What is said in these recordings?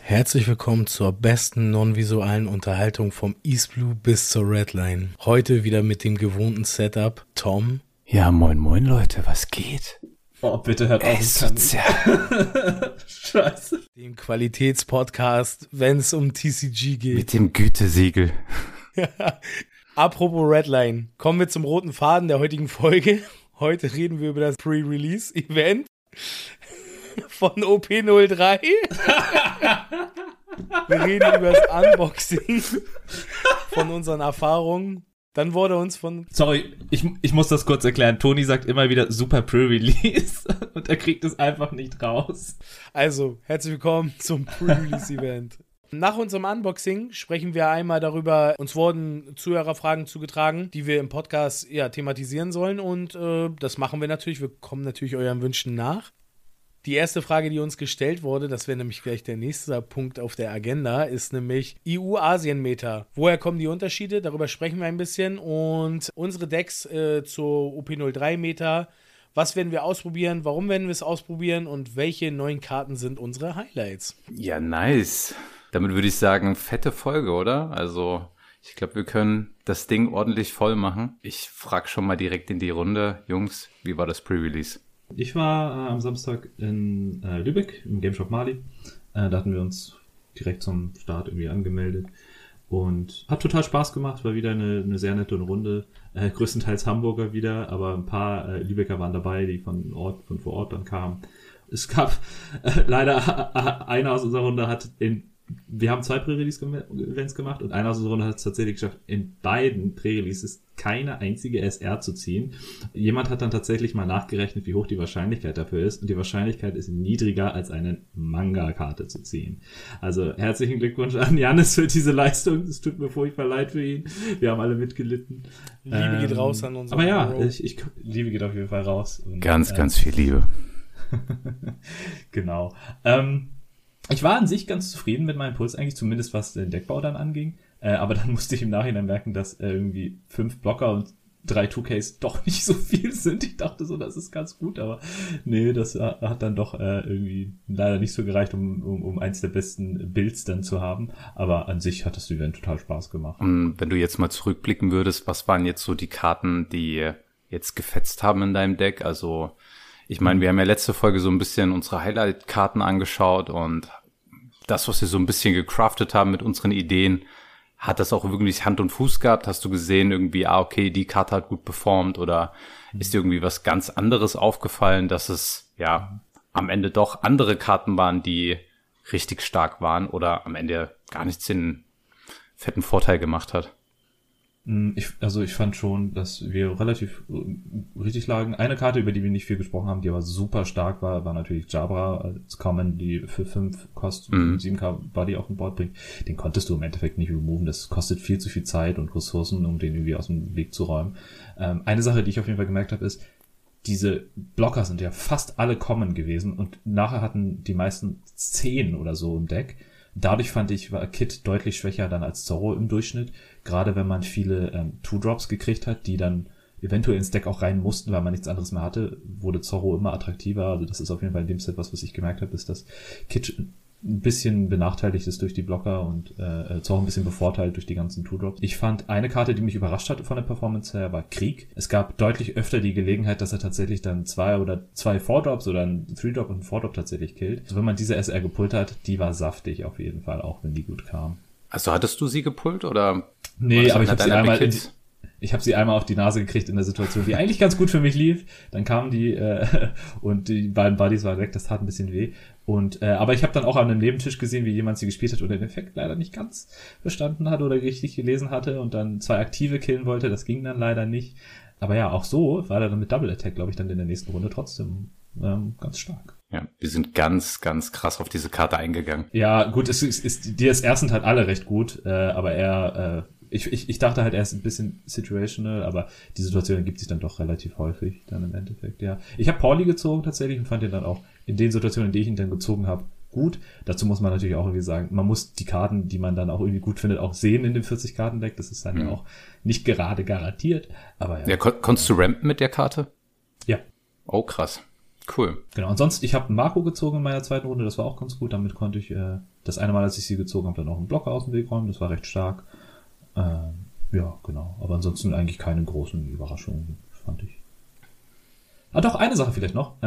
Herzlich willkommen zur besten non-visuellen Unterhaltung vom East Blue bis zur Redline. Heute wieder mit dem gewohnten Setup. Tom. Ja, moin moin Leute, was geht? Oh, bitte hört auf. Scheiße. Dem Qualitätspodcast, wenn es um TCG geht. Mit dem Gütesiegel. Apropos Redline, kommen wir zum roten Faden der heutigen Folge. Heute reden wir über das Pre-Release-Event von OP03. Wir reden über das Unboxing von unseren Erfahrungen. Dann wurde uns von... Sorry, ich muss das kurz erklären. Toni sagt immer wieder super Pre-Release und er kriegt es einfach nicht raus. Also, herzlich willkommen zum Pre-Release-Event. Nach unserem Unboxing sprechen wir einmal darüber, uns wurden Zuhörerfragen zugetragen, die wir im Podcast thematisieren sollen und das machen wir natürlich. Wir kommen natürlich euren Wünschen nach. Die erste Frage, die uns gestellt wurde, das wäre nämlich gleich der nächste Punkt auf der Agenda, ist nämlich EU-Asien-Meta. Woher kommen die Unterschiede? Darüber sprechen wir ein bisschen. Und unsere Decks zur OP03-Meta. Was werden wir ausprobieren? Warum werden wir es ausprobieren? Und welche neuen Karten sind unsere Highlights? Ja, nice. Damit würde ich sagen, fette Folge, oder? Also, ich glaube, wir können das Ding ordentlich voll machen. Ich frage schon mal direkt in die Runde. Jungs, wie war das Pre-Release? Ich war am Samstag in Lübeck im Game Shop Mali. Da hatten wir uns direkt zum Start irgendwie angemeldet und hat total Spaß gemacht. War wieder eine sehr nette Runde. Größtenteils Hamburger wieder, aber ein paar Lübecker waren dabei, die von vor Ort dann kamen. Es gab leider einer aus unserer Runde wir haben 2 Pre-Release-Events gemacht und einer aus unserer Runde hat es tatsächlich geschafft, in beiden Pre-Releases keine einzige SR zu ziehen. Jemand hat dann tatsächlich mal nachgerechnet, wie hoch die Wahrscheinlichkeit dafür ist und die Wahrscheinlichkeit ist niedriger, als eine Manga-Karte zu ziehen. Also herzlichen Glückwunsch an Janis für diese Leistung. Es tut mir furchtbar leid für ihn. Wir haben alle mitgelitten. Liebe geht raus an uns. Aber ja, Liebe geht auf jeden Fall raus. Und, ganz viel Liebe. Genau. Ich war an sich ganz zufrieden mit meinem Puls, eigentlich zumindest was den Deckbau dann anging. Aber dann musste ich im Nachhinein merken, dass irgendwie 5 Blocker und 3 2Ks doch nicht so viel sind. Ich dachte so, das ist ganz gut, aber nee, das hat dann doch irgendwie leider nicht so gereicht, um eins der besten Builds dann zu haben. Aber an sich hat das Event total Spaß gemacht. Und wenn du jetzt mal zurückblicken würdest, was waren jetzt so die Karten, die jetzt gefetzt haben in deinem Deck? Also ich meine, wir haben ja letzte Folge so ein bisschen unsere Highlight-Karten angeschaut und das, was wir so ein bisschen gecraftet haben mit unseren Ideen, hat das auch wirklich Hand und Fuß gehabt? Hast du gesehen irgendwie, okay, die Karte hat gut performt oder ist dir irgendwie was ganz anderes aufgefallen, dass es ja am Ende doch andere Karten waren, die richtig stark waren oder am Ende gar nichts den fetten Vorteil gemacht hat? Ich fand schon, dass wir relativ richtig lagen. Eine Karte, über die wir nicht viel gesprochen haben, die aber super stark war natürlich Jabra als Common, die für 5 kostet, 7k Body auf den Board bringt. Den konntest du im Endeffekt nicht removen. Das kostet viel zu viel Zeit und Ressourcen, um den irgendwie aus dem Weg zu räumen. Eine Sache, die ich auf jeden Fall gemerkt habe, ist, diese Blocker sind ja fast alle Common gewesen und nachher hatten die meisten 10 oder so im Deck. Dadurch fand ich, war Kit deutlich schwächer dann als Zorro im Durchschnitt. Gerade wenn man viele 2-Drops gekriegt hat, die dann eventuell ins Deck auch rein mussten, weil man nichts anderes mehr hatte, wurde Zorro immer attraktiver. Also das ist auf jeden Fall in dem Set was ich gemerkt habe, ist, dass Kit ein bisschen benachteiligt ist durch die Blocker und Zorro ein bisschen bevorteilt durch die ganzen 2-Drops. Ich fand eine Karte, die mich überrascht hatte von der Performance her, war Krieg. Es gab deutlich öfter die Gelegenheit, dass er tatsächlich dann 2 4-Drops oder ein 3-Drop und ein 4-Drop tatsächlich killt. Also wenn man diese SR gepullt hat, die war saftig auf jeden Fall, auch wenn die gut kam. Also hattest du sie gepullt oder? Nee, aber ich habe sie einmal auf die Nase gekriegt in der Situation, die eigentlich ganz gut für mich lief. Dann kamen die und die beiden Buddies waren weg, das tat ein bisschen weh. Und aber ich habe dann auch an einem Nebentisch gesehen, wie jemand sie gespielt hat und den Effekt leider nicht ganz verstanden hat oder richtig gelesen hatte und dann 2 Aktive killen wollte. Das ging dann leider nicht. Aber ja, auch so war er dann mit Double Attack, glaube ich, dann in der nächsten Runde trotzdem ganz stark. Ja, wir sind ganz, ganz krass auf diese Karte eingegangen. Ja, gut, die DSR sind halt alle recht gut, aber ich dachte halt, er ist ein bisschen situational, aber die Situation ergibt sich dann doch relativ häufig dann im Endeffekt, ja. Ich habe Pauli gezogen tatsächlich und fand ihn dann auch in den Situationen, in denen ich ihn dann gezogen habe, gut. Dazu muss man natürlich auch irgendwie sagen, man muss die Karten, die man dann auch irgendwie gut findet, auch sehen in dem 40-Karten-Deck. Das ist dann ja auch nicht gerade garantiert, aber ja. Ja, konntest du rampen mit der Karte? Ja. Oh, krass. Cool. Genau, ansonsten, ich habe Marco gezogen in meiner zweiten Runde, das war auch ganz gut, damit konnte ich das eine Mal, als ich sie gezogen habe, dann auch einen Blocker aus dem Weg räumen. Das war recht stark. Ja, genau. Aber ansonsten eigentlich keine großen Überraschungen, fand ich. Ah, doch, eine Sache vielleicht noch.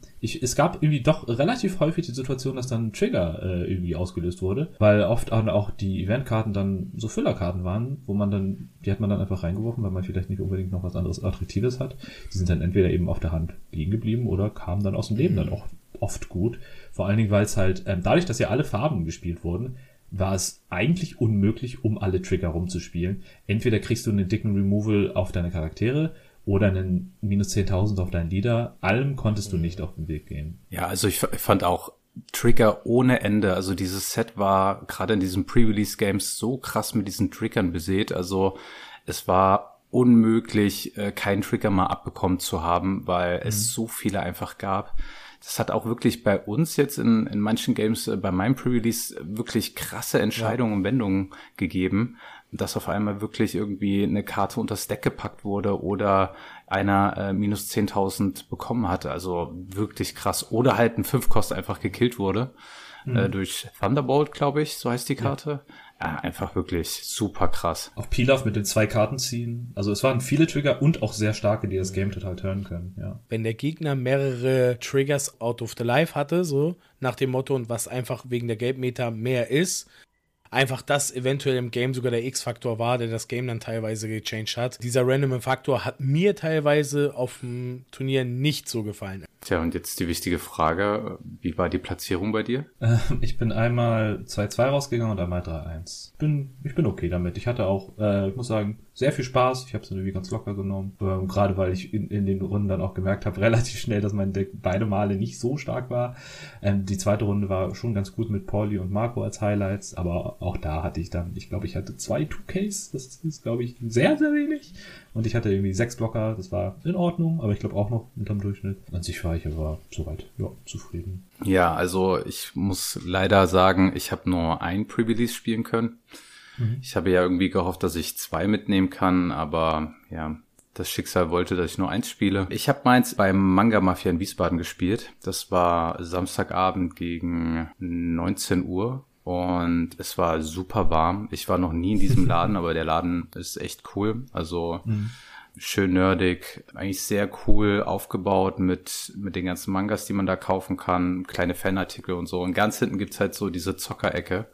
Es gab irgendwie doch relativ häufig die Situation, dass dann ein Trigger irgendwie ausgelöst wurde, weil oft auch die Eventkarten dann so Füllerkarten waren, die hat man dann einfach reingeworfen, weil man vielleicht nicht unbedingt noch was anderes Attraktives hat. Die sind dann entweder eben auf der Hand liegen geblieben oder kamen dann aus dem Leben dann auch oft gut. Vor allen Dingen, weil es halt, dadurch, dass ja alle Farben gespielt wurden, war es eigentlich unmöglich, um alle Trigger rumzuspielen. Entweder kriegst du einen dicken Removal auf deine Charaktere oder einen minus 10.000 auf deinen Leader. Allem konntest du nicht auf den Weg gehen. Ja, also ich fand auch Trigger ohne Ende. Also dieses Set war gerade in diesen Pre-Release-Games so krass mit diesen Triggern besät. Also es war unmöglich, keinen Trigger mal abbekommen zu haben, weil es so viele einfach gab. Das hat auch wirklich bei uns jetzt in manchen Games, bei meinem Pre-Release, wirklich krasse Entscheidungen und Wendungen gegeben, dass auf einmal wirklich irgendwie eine Karte unter das Deck gepackt wurde oder einer minus 10.000 bekommen hatte. Also wirklich krass. Oder halt ein 5-Kost einfach gekillt wurde durch Thunderbolt, glaube ich, so heißt die Karte. Ja, einfach wirklich super krass. Auch Pilaf mit den 2 Karten ziehen. Also es waren viele Trigger und auch sehr starke, die das Game total turnen können. Ja. Wenn der Gegner mehrere Triggers out of the life hatte, so nach dem Motto, und was einfach wegen der Geldmeter mehr ist, einfach das eventuell im Game sogar der X-Faktor war, der das Game dann teilweise gechanged hat. Dieser Random-Faktor hat mir teilweise auf dem Turnier nicht so gefallen. Tja, und jetzt die wichtige Frage, wie war die Platzierung bei dir? Ich bin einmal 2-2 rausgegangen und einmal 3-1. Ich bin okay damit. Ich hatte auch, ich muss sagen, sehr viel Spaß. Ich habe es irgendwie ganz locker genommen. Gerade weil ich in den Runden dann auch gemerkt habe, relativ schnell, dass mein Deck beide Male nicht so stark war. Die zweite Runde war schon ganz gut mit Pauli und Marco als Highlights, aber auch da hatte ich dann, ich glaube, ich hatte 2 2Ks. Das ist, glaube ich, sehr, sehr wenig. Und ich hatte irgendwie 6 Blocker. Das war in Ordnung, aber ich glaube auch noch unterm Durchschnitt. An sich war ich aber soweit, ja, zufrieden. Ja, also ich muss leider sagen, ich habe nur ein Pre-Release spielen können. Ich habe ja irgendwie gehofft, dass ich 2 mitnehmen kann, aber ja, das Schicksal wollte, dass ich nur 1 spiele. Ich habe meins beim Manga Mafia in Wiesbaden gespielt. Das war Samstagabend gegen 19 Uhr und es war super warm. Ich war noch nie in diesem Laden, aber der Laden ist echt cool. Also schön nerdig, eigentlich sehr cool aufgebaut mit den ganzen Mangas, die man da kaufen kann, kleine Fanartikel und so. Und ganz hinten gibt's halt so diese Zockerecke.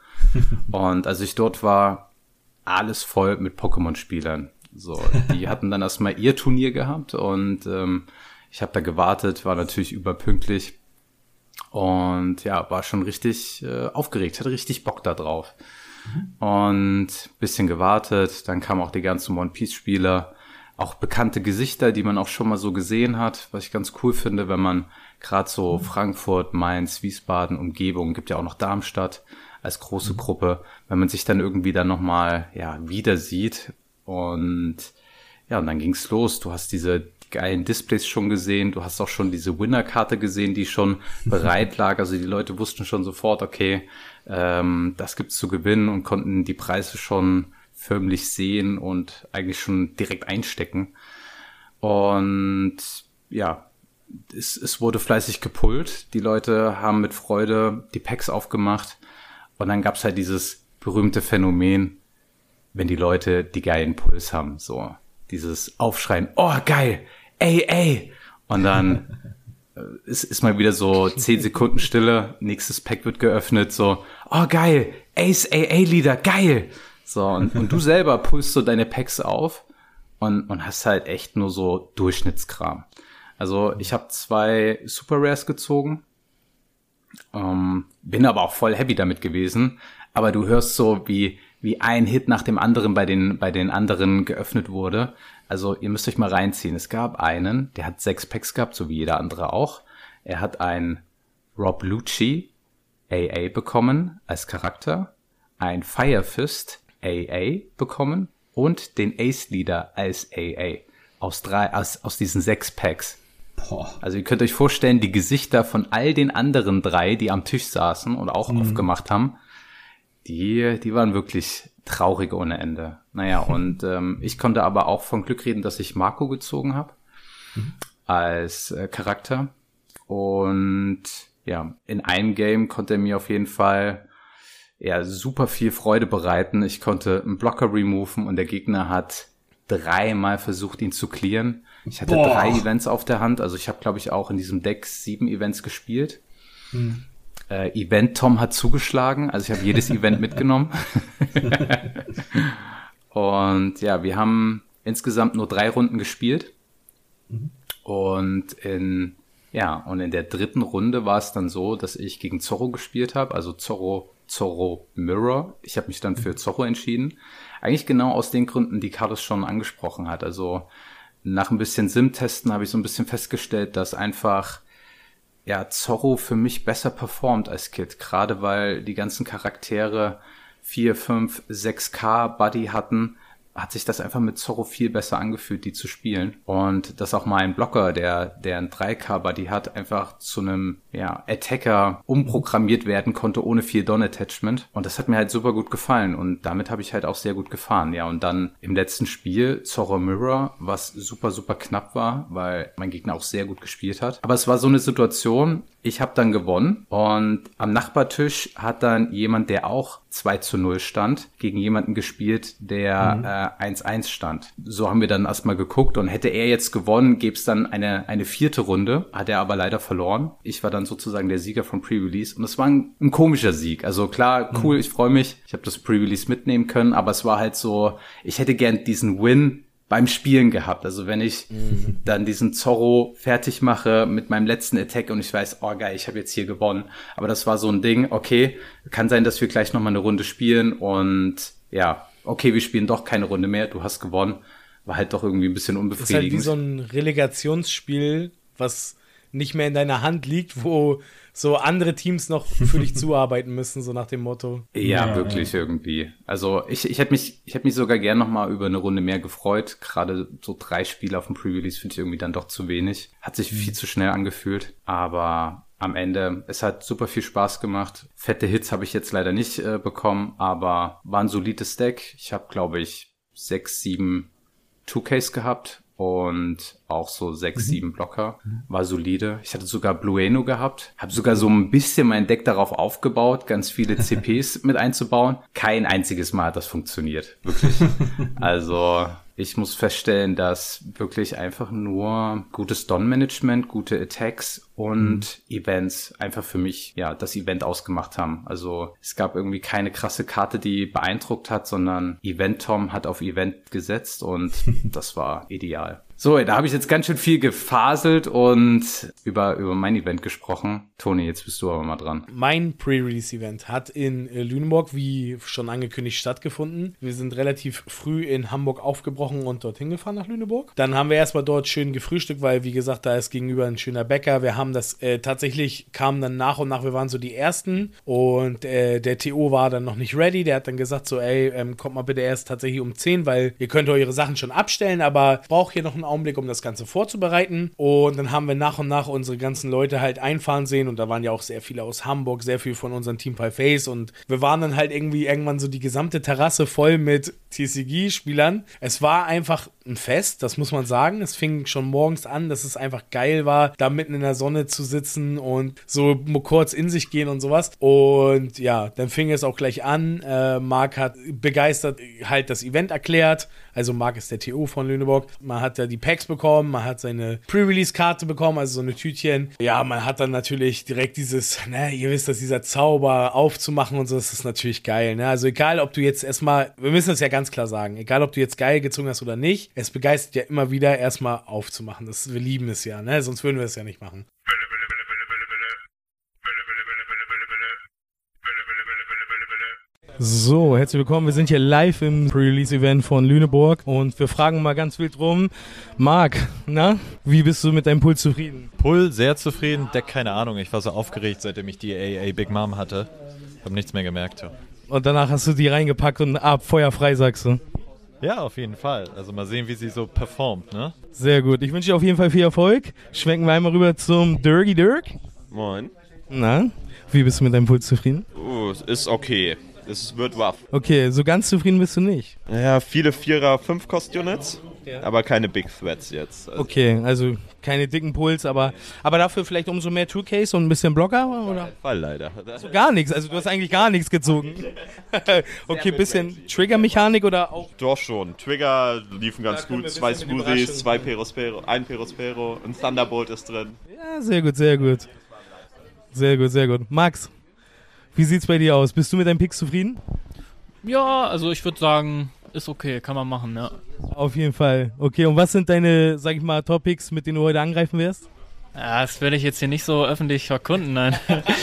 Und als ich dort war, alles voll mit Pokémon-Spielern. So, die hatten dann erstmal ihr Turnier gehabt und ich habe da gewartet, war natürlich überpünktlich und ja, war schon richtig aufgeregt, hatte richtig Bock da drauf. Und bisschen gewartet, dann kamen auch die ganzen One-Piece-Spieler, auch bekannte Gesichter, die man auch schon mal so gesehen hat, was ich ganz cool finde, wenn man gerade so Frankfurt, Mainz, Wiesbaden, Umgebung, gibt ja auch noch Darmstadt als große Gruppe, wenn man sich dann irgendwie dann nochmal wieder sieht und dann ging's los. Du hast diese geilen Displays schon gesehen, du hast auch schon diese Winner-Karte gesehen, die schon bereit lag, also die Leute wussten schon sofort, okay, das gibt's zu gewinnen und konnten die Preise schon förmlich sehen und eigentlich schon direkt einstecken. Und ja, es wurde fleißig gepullt. Die Leute haben mit Freude die Packs aufgemacht. Und dann gab's halt dieses berühmte Phänomen, wenn die Leute die geilen Puls haben. So dieses Aufschreien, oh geil, ey. Und dann ist mal wieder so 10 Sekunden Stille. Nächstes Pack wird geöffnet. So, oh geil, Ace AA-Leader, geil. So, und du selber pulst so deine Packs auf und hast halt echt nur so Durchschnittskram. Also ich habe 2 Super Rares gezogen, bin aber auch voll happy damit gewesen. Aber du hörst so, wie ein Hit nach dem anderen bei den anderen geöffnet wurde. Also ihr müsst euch mal reinziehen. Es gab einen, der hat 6 Packs gehabt, so wie jeder andere auch. Er hat einen Rob Lucci AA bekommen als Charakter, ein Fire Fist AA bekommen und den Ace Leader als AA aus diesen 6 Packs. Boah. Also ihr könnt euch vorstellen, die Gesichter von all den anderen 3, die am Tisch saßen und auch aufgemacht haben, die waren wirklich traurig ohne Ende. Naja, und ich konnte aber auch von Glück reden, dass ich Marco gezogen habe als Charakter. Und ja, in einem Game konnte er mir auf jeden Fall ja super viel Freude bereiten. Ich konnte einen Blocker removen und der Gegner hat 3-mal versucht, ihn zu clearen. Ich hatte 3 Events auf der Hand, also ich habe, glaube ich, auch in diesem Deck 7 Events gespielt. Event Tom hat zugeschlagen, also ich habe jedes Event mitgenommen. Und ja, wir haben insgesamt nur 3 Runden gespielt. Und in der 3. Runde war es dann so, dass ich gegen Zorro gespielt habe, also Zorro Mirror. Ich habe mich dann für Zorro entschieden. Eigentlich genau aus den Gründen, die Carlos schon angesprochen hat. Also nach ein bisschen Sim-Testen habe ich so ein bisschen festgestellt, dass einfach Zorro für mich besser performt als Kid. Gerade weil die ganzen Charaktere 4, 5, 6K Buddy hatten, hat sich das einfach mit Zorro viel besser angefühlt, die zu spielen. Und dass auch mal ein Blocker, der ein 3K-Buddy hat, einfach zu einem Attacker umprogrammiert werden konnte, ohne viel Don-Attachment. Und das hat mir halt super gut gefallen. Und damit habe ich halt auch sehr gut gefahren. Ja, und dann im letzten Spiel Zorro Mirror, was super, super knapp war, weil mein Gegner auch sehr gut gespielt hat. Aber es war so eine Situation, ich habe dann gewonnen und am Nachbartisch hat dann jemand, der auch 2-0 stand, gegen jemanden gespielt, der 1-1 stand. So haben wir dann erstmal geguckt und hätte er jetzt gewonnen, gäbe es dann eine 4. Runde, hat er aber leider verloren. Ich war dann sozusagen der Sieger vom Pre-Release und es war ein komischer Sieg. Also klar, cool, ich freue mich, ich habe das Pre-Release mitnehmen können, aber es war halt so, ich hätte gern diesen Win beim Spielen gehabt. Also wenn ich dann diesen Zorro fertig mache mit meinem letzten Attack und ich weiß, oh geil, ich habe jetzt hier gewonnen. Aber das war so ein Ding, okay, kann sein, dass wir gleich nochmal eine Runde spielen und okay, wir spielen doch keine Runde mehr, du hast gewonnen. War halt doch irgendwie ein bisschen unbefriedigend. Das ist halt wie so ein Relegationsspiel, was nicht mehr in deiner Hand liegt, wo so andere Teams noch für dich zuarbeiten müssen, so nach dem Motto. Ja, wirklich irgendwie. Also ich hätte mich sogar gern noch mal über eine Runde mehr gefreut. Gerade so 3 Spiele auf dem Pre-Release finde ich irgendwie dann doch zu wenig. Hat sich viel zu schnell angefühlt. Aber am Ende, es hat super viel Spaß gemacht. Fette Hits habe ich jetzt leider nicht bekommen, aber war ein solides Deck. Ich habe, glaube ich, 6, 7 2Ks gehabt. Und auch so 6, 7 Blocker. War solide. Ich hatte sogar Blueno gehabt. Habe sogar so ein bisschen mein Deck darauf aufgebaut, ganz viele CPs mit einzubauen. Kein einziges Mal hat das funktioniert. Wirklich. Also ich muss feststellen, dass wirklich einfach nur gutes Don-Management, gute Attacks und Events einfach für mich das Event ausgemacht haben. Also es gab irgendwie keine krasse Karte, die beeindruckt hat, sondern Event Tom hat auf Event gesetzt und das war ideal. So, da habe ich jetzt ganz schön viel gefaselt und über mein Event gesprochen. Toni, jetzt bist du aber mal dran. Mein Pre-Release-Event hat in Lüneburg, wie schon angekündigt, stattgefunden. Wir sind relativ früh in Hamburg aufgebrochen und dorthin gefahren nach Lüneburg. Dann haben wir erstmal dort schön gefrühstückt, weil, wie gesagt, da ist gegenüber ein schöner Bäcker. Wir haben das tatsächlich, kamen dann nach und nach, wir waren so die Ersten und der TO war dann noch nicht ready. Der hat dann gesagt so, kommt mal bitte erst tatsächlich um 10, weil ihr könnt eure Sachen schon abstellen, aber braucht hier noch einen Augenblick, um das Ganze vorzubereiten. Und dann haben wir nach und nach unsere ganzen Leute halt einfahren sehen und da waren ja auch sehr viele aus Hamburg, sehr viel von unserem Team Pie Face und wir waren dann halt irgendwann so die gesamte Terrasse voll mit TCG-Spielern. Es war einfach ein Fest, das muss man sagen. Es fing schon morgens an, dass es einfach geil war, da mitten in der Sonne zu sitzen und so kurz in sich gehen und sowas. Und ja, dann fing es auch gleich an. Marc hat begeistert halt das Event erklärt. Also Marc ist der TO von Lüneburg. Man hat ja die Packs bekommen, man hat seine Pre-Release-Karte bekommen, also so eine Tütchen. Ja, man hat dann natürlich direkt dieses, ihr wisst, dass dieser Zauber aufzumachen und so, das ist natürlich geil, ne? Also egal, ob du jetzt erstmal, wir müssen das ja ganz klar sagen, egal, ob du jetzt geil gezogen hast oder nicht, es begeistert ja immer wieder, erstmal aufzumachen. Wir lieben es ja, ne? Sonst würden wir es ja nicht machen. So, herzlich willkommen. Wir sind hier live im Pre-Release-Event von Lüneburg und wir fragen mal ganz wild rum. Marc, wie bist du mit deinem Pull zufrieden? Pull, sehr zufrieden. Deck, keine Ahnung. Ich war so aufgeregt, seitdem ich die AA Big Mom hatte. Hab nichts mehr gemerkt. Ja. Und danach hast du die reingepackt und feuerfrei, sagst du? Ja, auf jeden Fall. Also mal sehen, wie sie so performt, ne? Sehr gut. Ich wünsche dir auf jeden Fall viel Erfolg. Schwenken wir einmal rüber zum Dirty Dirk. Moin. Na, wie bist du mit deinem Pull zufrieden? Ist okay. Es wird rough. Okay, so ganz zufrieden bist du nicht. Ja, viele 4er, 5 Cost-Units. aber keine Big Threats jetzt. Also Okay, also keine dicken Pulls, aber dafür vielleicht umso mehr 2Ks und ein bisschen Blocker, oder? Fall leider. Gar nichts, also du hast eigentlich gar nichts gezogen. Okay, bisschen Trigger-Mechanik oder auch? Doch schon. Trigger liefen ganz können wir gut. ein 2 bisschen mit Smoothies, Überraschung 2 Perospero, ein Perospero, ein Thunderbolt ist drin. Ja, sehr gut, sehr gut. Sehr gut, sehr gut. Max, wie sieht's bei dir aus? Bist du mit deinem Pick zufrieden? Ja, also ich würde sagen, ist okay, kann man machen, ja. Auf jeden Fall. Okay, und was sind deine, sag ich mal, Topics, mit denen du heute angreifen wirst? Ja, das werde ich jetzt hier nicht so öffentlich verkunden, nein.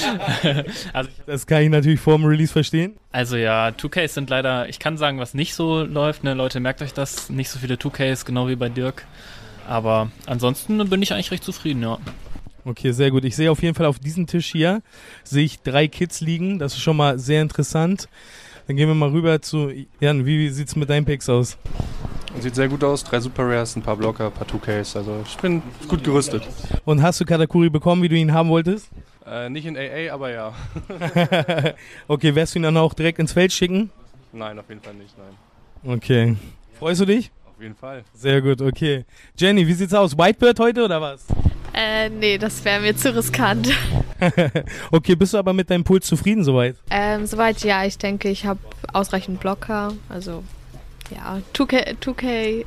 Das kann ich natürlich vor dem Release verstehen. Also ja, 2Ks sind leider, ich kann sagen, was nicht so läuft, ne, Leute, merkt euch das, nicht so viele 2Ks, genau wie bei Dirk. Aber ansonsten bin ich eigentlich recht zufrieden, ja. Okay, sehr gut. Ich sehe auf jeden Fall auf diesem Tisch hier, sehe ich 3 Kits liegen. Das ist schon mal sehr interessant. Dann gehen wir mal rüber zu Jan. Wie sieht's mit deinen Picks aus? Sieht sehr gut aus. 3 Super Rares, ein paar Blocker, ein paar 2Ks. Also ich bin gut gerüstet. Und hast du Katakuri bekommen, wie du ihn haben wolltest? Nicht in AA, aber ja. Okay, wirst du ihn dann auch direkt ins Feld schicken? Nein, auf jeden Fall nicht, nein. Okay. Freust du dich? Auf jeden Fall. Sehr gut, okay. Jenny, wie sieht's aus? Whitebird heute oder was? Nee, das wäre mir zu riskant. Okay, bist du aber mit deinem Puls zufrieden soweit? Soweit ja, ich denke, ich habe ausreichend Blocker. Also, ja, 2K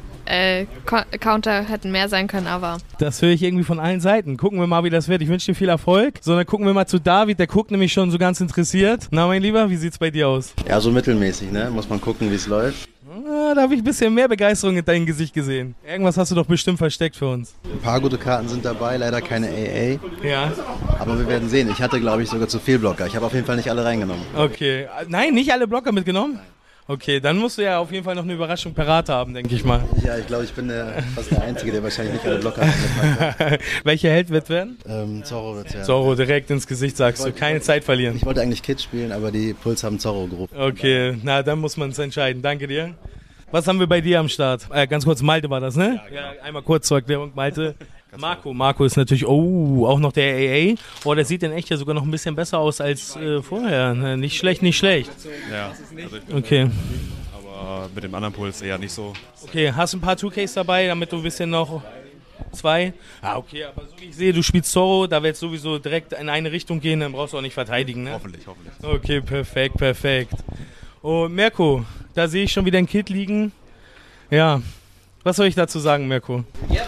Counter hätten mehr sein können, aber... Das höre ich irgendwie von allen Seiten. Gucken wir mal, wie das wird. Ich wünsche dir viel Erfolg. So, dann gucken wir mal zu David. Der guckt nämlich schon so ganz interessiert. Na, mein Lieber, wie sieht's bei dir aus? Ja, so mittelmäßig, ne? Muss man gucken, wie es läuft. Da habe ich ein bisschen mehr Begeisterung in deinem Gesicht gesehen. Irgendwas hast du doch bestimmt versteckt für uns. Ein paar gute Karten sind dabei, leider keine AA. Ja. Aber wir werden sehen. Ich hatte, glaube ich, sogar zu viel Blocker. Ich habe auf jeden Fall nicht alle reingenommen. Okay. Nein, nicht alle Blocker mitgenommen? Okay, dann musst du ja auf jeden Fall noch eine Überraschung parat haben, denke ich mal. Ja, ich glaube, ich bin fast der Einzige, der wahrscheinlich nicht alle Blocker hat. Welcher Held wird werden? Zorro wird ja. Zorro, direkt ins Gesicht sagst du. Keine Zeit verlieren. Ich wollte eigentlich Kid spielen, aber die Puls haben Zorro gerufen. Okay, na dann muss man es entscheiden. Danke dir. Was haben wir bei dir am Start? Ganz kurz, Malte war das, ne? Ja, einmal kurz zur Erklärung, Malte. Marco ist natürlich, auch noch der AA. Oh, der sieht in echt ja sogar noch ein bisschen besser aus als vorher. Nicht schlecht, nicht schlecht. Ja, also okay. Aber mit dem anderen Puls eher nicht so. Okay, hast ein paar 2Ks dabei, damit du ein bisschen noch 2? Ah, okay, aber so wie ich sehe, du spielst Zorro, da wird sowieso direkt in eine Richtung gehen, dann brauchst du auch nicht verteidigen, ne? Hoffentlich. Okay, perfekt. Oh, Mirko, da sehe ich schon wieder ein Kit liegen. Ja, was soll ich dazu sagen, Mirko? Ja,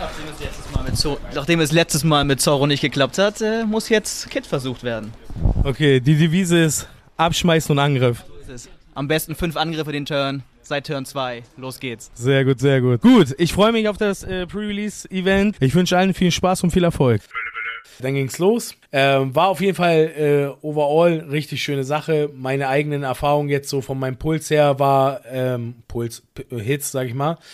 nachdem es letztes Mal mit Zorro nicht geklappt hat, muss jetzt Kit versucht werden. Okay, die Devise ist Abschmeißen und Angriff. So ist es. Am besten 5 Angriffe den Turn, seit Turn 2. Los geht's. Sehr gut, sehr gut. Gut, ich freue mich auf das Pre-Release-Event. Ich wünsche allen viel Spaß und viel Erfolg. Dann ging's los. War auf jeden Fall overall richtig schöne Sache. Meine eigenen Erfahrungen jetzt so von meinem Puls her war, Hits, sag ich mal,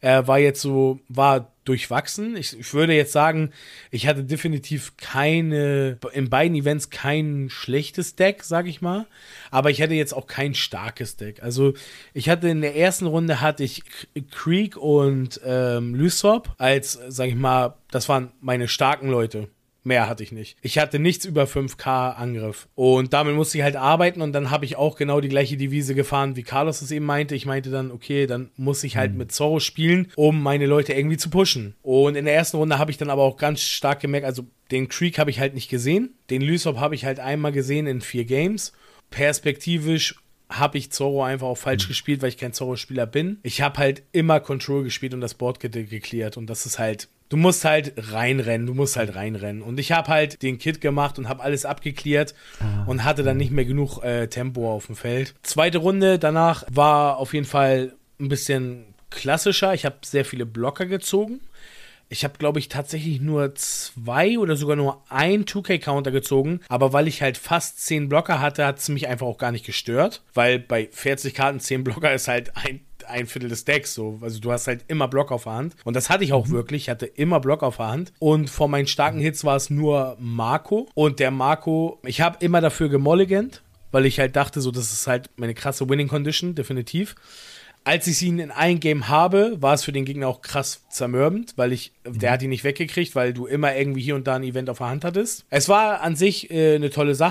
war durchwachsen. Ich würde jetzt sagen, ich hatte definitiv in beiden Events kein schlechtes Deck, sag ich mal. Aber ich hatte jetzt auch kein starkes Deck. Also ich hatte in der ersten Runde Krieg und Lysop als, sag ich mal, das waren meine starken Leute. Mehr hatte ich nicht. Ich hatte nichts über 5k Angriff. Und damit musste ich halt arbeiten und dann habe ich auch genau die gleiche Devise gefahren, wie Carlos es eben meinte. Ich meinte dann, okay, dann muss ich halt mit Zorro spielen, um meine Leute irgendwie zu pushen. Und in der ersten Runde habe ich dann aber auch ganz stark gemerkt, also den Krieg habe ich halt nicht gesehen. Den Lysop habe ich halt einmal gesehen in 4 Games. Perspektivisch habe ich Zorro einfach auch falsch gespielt, weil ich kein Zorro-Spieler bin. Ich habe halt immer Control gespielt und das Board geklärt und das ist halt... Du musst halt reinrennen. Und ich habe halt den Kit gemacht und habe alles abgeklärt und hatte dann nicht mehr genug Tempo auf dem Feld. Zweite Runde danach war auf jeden Fall ein bisschen klassischer. Ich habe sehr viele Blocker gezogen. Ich habe, glaube ich, tatsächlich nur 2 oder sogar nur ein 2K-Counter gezogen. Aber weil ich halt fast 10 Blocker hatte, hat es mich einfach auch gar nicht gestört. Weil bei 40 Karten 10 Blocker ist halt ein Viertel des Decks, so. Also du hast halt immer Block auf der Hand. Und das hatte ich auch wirklich. Ich hatte immer Block auf der Hand. Und von meinen starken Hits war es nur Marco. Und der Marco, ich habe immer dafür gemolligant, weil ich halt dachte, so, das ist halt meine krasse Winning Condition, definitiv. Als ich ihn in einem Game habe, war es für den Gegner auch krass zermürbend, weil der hat ihn nicht weggekriegt, weil du immer irgendwie hier und da ein Event auf der Hand hattest. Es war an sich eine tolle Sache.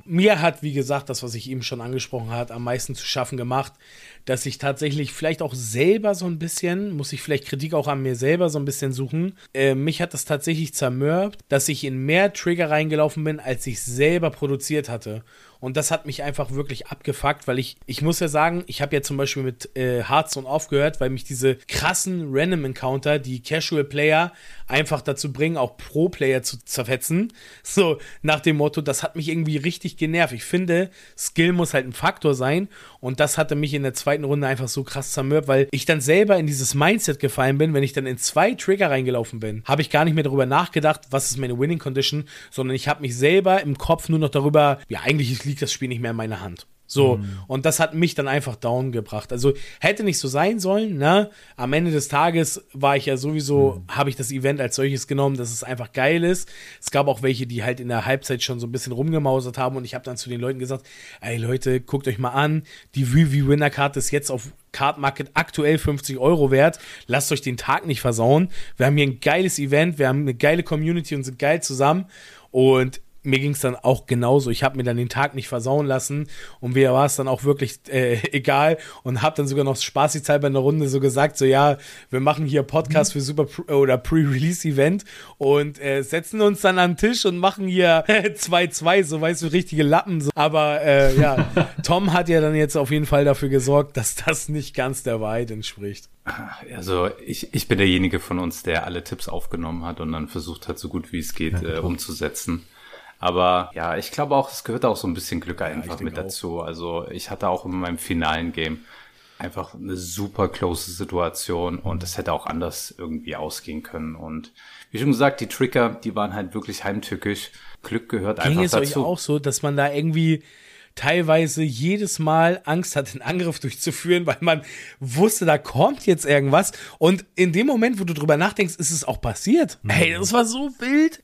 Mir hat, wie gesagt, das, was ich eben schon angesprochen habe, am meisten zu schaffen gemacht, dass ich tatsächlich vielleicht auch selber so ein bisschen, muss ich vielleicht Kritik auch an mir selber so ein bisschen suchen, mich hat das tatsächlich zermürbt, dass ich in mehr Trigger reingelaufen bin, als ich selber produziert hatte. Und das hat mich einfach wirklich abgefuckt, weil ich muss ja sagen, ich habe ja zum Beispiel mit Hearthstone aufgehört, weil mich diese krassen Random-Encounter, die Casual-Player einfach dazu bringen, auch Pro-Player zu zerfetzen. So nach dem Motto, das hat mich irgendwie richtig genervt. Ich finde, Skill muss halt ein Faktor sein und das hatte mich in der zweiten Runde einfach so krass zermürbt, weil ich dann selber in dieses Mindset gefallen bin, wenn ich dann in 2 Trigger reingelaufen bin, habe ich gar nicht mehr darüber nachgedacht, was ist meine Winning Condition, sondern ich habe mich selber im Kopf nur noch darüber, ja eigentlich liegt das Spiel nicht mehr in meiner Hand. So, und das hat mich dann einfach down gebracht. Also hätte nicht so sein sollen, ne? Am Ende des Tages war ich ja sowieso, habe ich das Event als solches genommen, dass es einfach geil ist. Es gab auch welche, die halt in der Halbzeit schon so ein bisschen rumgemausert haben und ich habe dann zu den Leuten gesagt, ey Leute, guckt euch mal an, die Vivi-Winner-Karte ist jetzt auf Card Market aktuell 50 € wert. Lasst euch den Tag nicht versauen. Wir haben hier ein geiles Event, wir haben eine geile Community und sind geil zusammen und mir ging es dann auch genauso. Ich habe mir dann den Tag nicht versauen lassen und mir war es dann auch wirklich egal und habe dann sogar noch spaßeshalber in der Runde so gesagt, so ja, wir machen hier Podcast für oder Pre-Release-Event und setzen uns dann an den Tisch und machen hier 2-2, so weißt du, richtige Lappen. So. Aber ja, Tom hat ja dann jetzt auf jeden Fall dafür gesorgt, dass das nicht ganz der Wahrheit entspricht. Also ich bin derjenige von uns, der alle Tipps aufgenommen hat und dann versucht hat, so gut wie es geht umzusetzen. Aber ja, ich glaube auch, es gehört auch so ein bisschen Glück einfach mit dazu. Also ich hatte auch in meinem finalen Game einfach eine super close Situation und es hätte auch anders irgendwie ausgehen können. Und wie schon gesagt, die Trigger, die waren halt wirklich heimtückisch. Glück gehört einfach dazu. Ging es euch auch so, dass man da irgendwie teilweise jedes Mal Angst hat, den Angriff durchzuführen, weil man wusste, da kommt jetzt irgendwas. Und in dem Moment, wo du drüber nachdenkst, ist es auch passiert. Hey, das war so wild.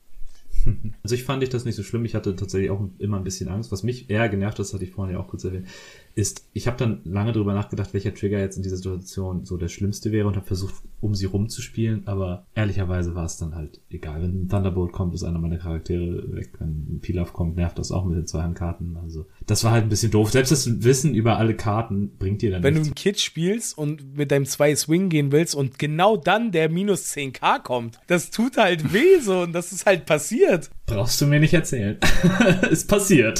Also ich fand das nicht so schlimm. Ich hatte tatsächlich auch immer ein bisschen Angst. Was mich eher genervt hat, das hatte ich vorhin ja auch kurz erwähnt, ist, ich habe dann lange drüber nachgedacht, welcher Trigger jetzt in dieser Situation so der schlimmste wäre und habe versucht, um sie rumzuspielen, aber ehrlicherweise war es dann halt egal. Wenn ein Thunderbolt kommt, ist einer meiner Charaktere weg. Wenn ein Pilaf kommt, nervt das auch mit den 2 Karten. Also das war halt ein bisschen doof. Selbst das Wissen über alle Karten bringt dir dann Wenn nichts. du ein Kit spielst und mit deinem 2 Swing gehen willst und genau dann der minus 10k kommt, das tut halt weh so und das ist halt passiert. Brauchst du mir nicht erzählen. Ist passiert.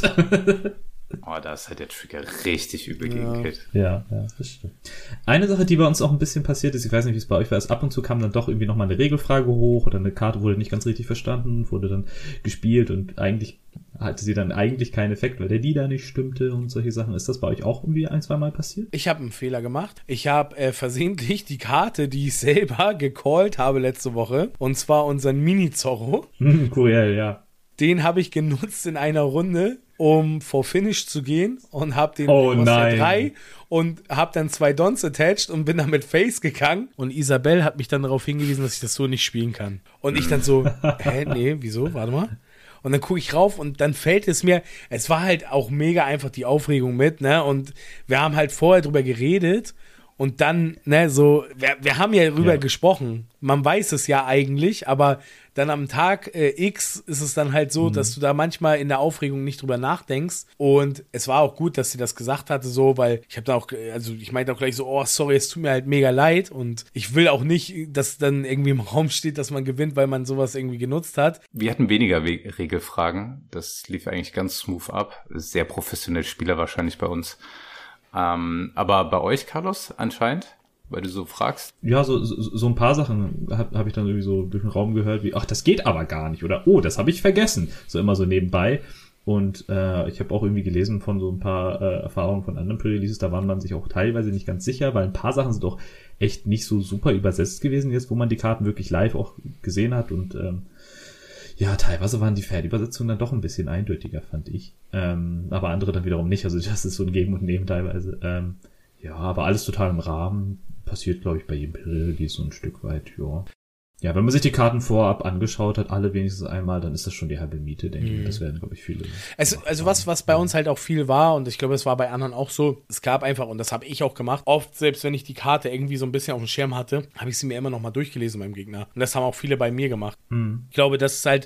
Oh, da ist halt der Trigger richtig übel gegen Kit. Ja, das stimmt. Eine Sache, die bei uns auch ein bisschen passiert ist, ich weiß nicht, wie es bei euch war, ist, ab und zu kam dann doch irgendwie nochmal eine Regelfrage hoch oder eine Karte wurde nicht ganz richtig verstanden, wurde dann gespielt und eigentlich hatte sie dann eigentlich keinen Effekt, weil der Leader nicht stimmte und solche Sachen. Ist das bei euch auch irgendwie 1-2 Mal passiert? Ich habe einen Fehler gemacht. Ich habe versehentlich die Karte, die ich selber gecallt habe letzte Woche, und zwar unseren Mini-Zorro. Cool, ja. Den habe ich genutzt in einer Runde, um vor Finish zu gehen und habe den aus der 3 und habe dann 2 Dons attached und bin dann mit Face gegangen. Und Isabel hat mich dann darauf hingewiesen, dass ich das so nicht spielen kann. Und ich dann so, nee, wieso? Warte mal. Und dann gucke ich rauf und dann fällt es mir, es war halt auch mega einfach die Aufregung mit, ne? Und wir haben halt vorher drüber geredet und dann, ne, so, wir haben ja drüber gesprochen. Man weiß es ja eigentlich, aber dann am Tag X ist es dann halt so, dass du da manchmal in der Aufregung nicht drüber nachdenkst. Und es war auch gut, dass sie das gesagt hatte, so, weil ich habe dann auch, also ich meinte auch gleich so, oh, sorry, es tut mir halt mega leid. Und ich will auch nicht, dass dann irgendwie im Raum steht, dass man gewinnt, weil man sowas irgendwie genutzt hat. Wir hatten weniger Regelfragen. Das lief eigentlich ganz smooth ab. Sehr professionell Spieler wahrscheinlich bei uns. Aber bei euch, Carlos, anscheinend? Weil du so fragst? Ja, so ein paar Sachen hab ich dann irgendwie so durch den Raum gehört, wie, ach, das geht aber gar nicht. Oder, oh, das habe ich vergessen. So immer so nebenbei. Und ich habe auch irgendwie gelesen von so ein paar Erfahrungen von anderen Pre-Releases, da war man sich auch teilweise nicht ganz sicher, weil ein paar Sachen sind auch echt nicht so super übersetzt gewesen jetzt, wo man die Karten wirklich live auch gesehen hat. Und ja, teilweise waren die Pferdübersetzungen dann doch ein bisschen eindeutiger, fand ich. Aber andere dann wiederum nicht. Also das ist so ein Geben und Nehmen teilweise. Ja, aber alles total im Rahmen. Passiert, glaube ich, bei jedem Release so ein Stück weit, ja. Ja, wenn man sich die Karten vorab angeschaut hat, alle wenigstens einmal, dann ist das schon die halbe Miete, denke ich. Das werden, glaube ich, viele. Also was bei uns halt auch viel war, und ich glaube, es war bei anderen auch so, es gab einfach, und das habe ich auch gemacht, oft, selbst wenn ich die Karte irgendwie so ein bisschen auf dem Schirm hatte, habe ich sie mir immer noch mal durchgelesen beim Gegner. Und das haben auch viele bei mir gemacht. Ich glaube, das ist halt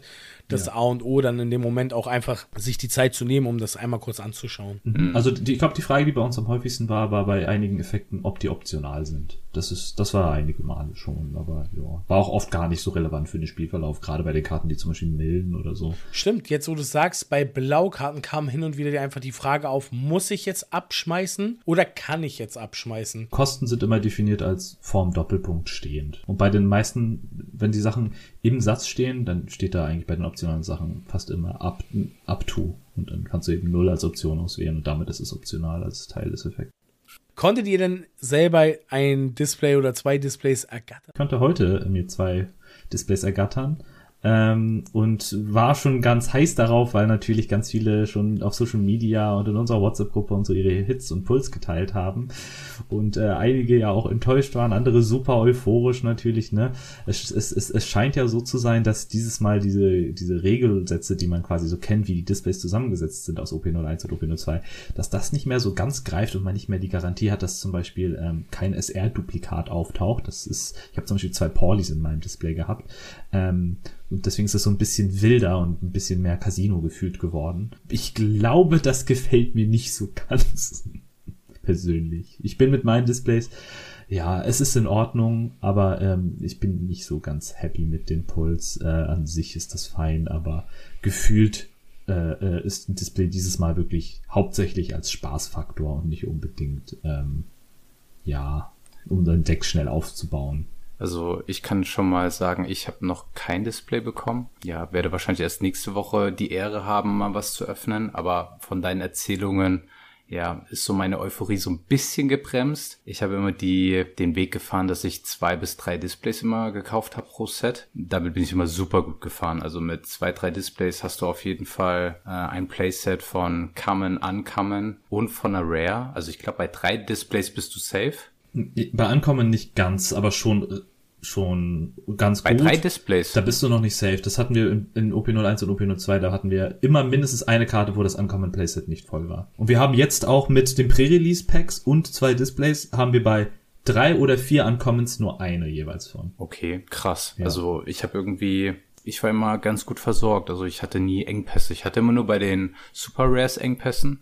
das A und O, dann in dem Moment auch einfach sich die Zeit zu nehmen, um das einmal kurz anzuschauen. Also ich glaube, die Frage, die bei uns am häufigsten war bei einigen Effekten, ob die optional sind. Das war einige Male schon, aber ja, war auch oft gar nicht so relevant für den Spielverlauf, gerade bei den Karten, die zum Beispiel milden oder so. Stimmt, jetzt wo du sagst, bei Blaukarten kam hin und wieder einfach die Frage auf, muss ich jetzt abschmeißen oder kann ich jetzt abschmeißen? Kosten sind immer definiert als Form Doppelpunkt stehend. Und bei den meisten, wenn die Sachen im Satz stehen, dann steht da eigentlich bei den optionalen Sachen fast immer up to. Und dann kannst du eben 0 als Option auswählen und damit ist es optional als Teil des Effekts. Konntet ihr denn selber ein Display oder 2 Displays ergattern? Ich konnte heute mir 2 Displays ergattern. Und war schon ganz heiß darauf, weil natürlich ganz viele schon auf Social Media und in unserer WhatsApp-Gruppe und so ihre Hits und Puls geteilt haben und einige ja auch enttäuscht waren, andere super euphorisch natürlich, ne? Es scheint ja so zu sein, dass dieses Mal diese Regelsätze, die man quasi so kennt, wie die Displays zusammengesetzt sind aus OP01 und OP02, dass das nicht mehr so ganz greift und man nicht mehr die Garantie hat, dass zum Beispiel kein SR-Duplikat auftaucht. Ich habe zum Beispiel 2 Paulis in meinem Display gehabt. Und deswegen ist es so ein bisschen wilder und ein bisschen mehr Casino gefühlt geworden. Ich glaube, das gefällt mir nicht so ganz persönlich. Ich bin mit meinen Displays, ja, es ist in Ordnung, aber ich bin nicht so ganz happy mit dem Puls. An sich ist das fein, aber gefühlt ist ein Display dieses Mal wirklich hauptsächlich als Spaßfaktor und nicht unbedingt, um dein Deck schnell aufzubauen. Also ich kann schon mal sagen, ich habe noch kein Display bekommen. Ja, werde wahrscheinlich erst nächste Woche die Ehre haben, mal was zu öffnen. Aber von deinen Erzählungen, ja, ist so meine Euphorie so ein bisschen gebremst. Ich habe immer den Weg gefahren, dass ich 2 bis 3 Displays immer gekauft habe pro Set. Damit bin ich immer super gut gefahren. Also mit 2, 3 Displays hast du auf jeden Fall ein Playset von Common, Uncommon und von einer Rare. Also ich glaube, bei 3 Displays bist du safe. Bei Ankommen nicht ganz, aber schon ganz bei gut. Bei 3 Displays. Da bist du noch nicht safe. Das hatten wir in OP01 und OP02, da hatten wir immer mindestens eine Karte, wo das Uncommon Playset nicht voll war. Und wir haben jetzt auch mit den Pre-Release-Packs und 2 Displays, haben wir bei 3 oder 4 Uncommons nur eine jeweils von. Okay, krass. Ja. Also ich war immer ganz gut versorgt. Also ich hatte nie Engpässe. Ich hatte immer nur bei den Super Rares Engpässen.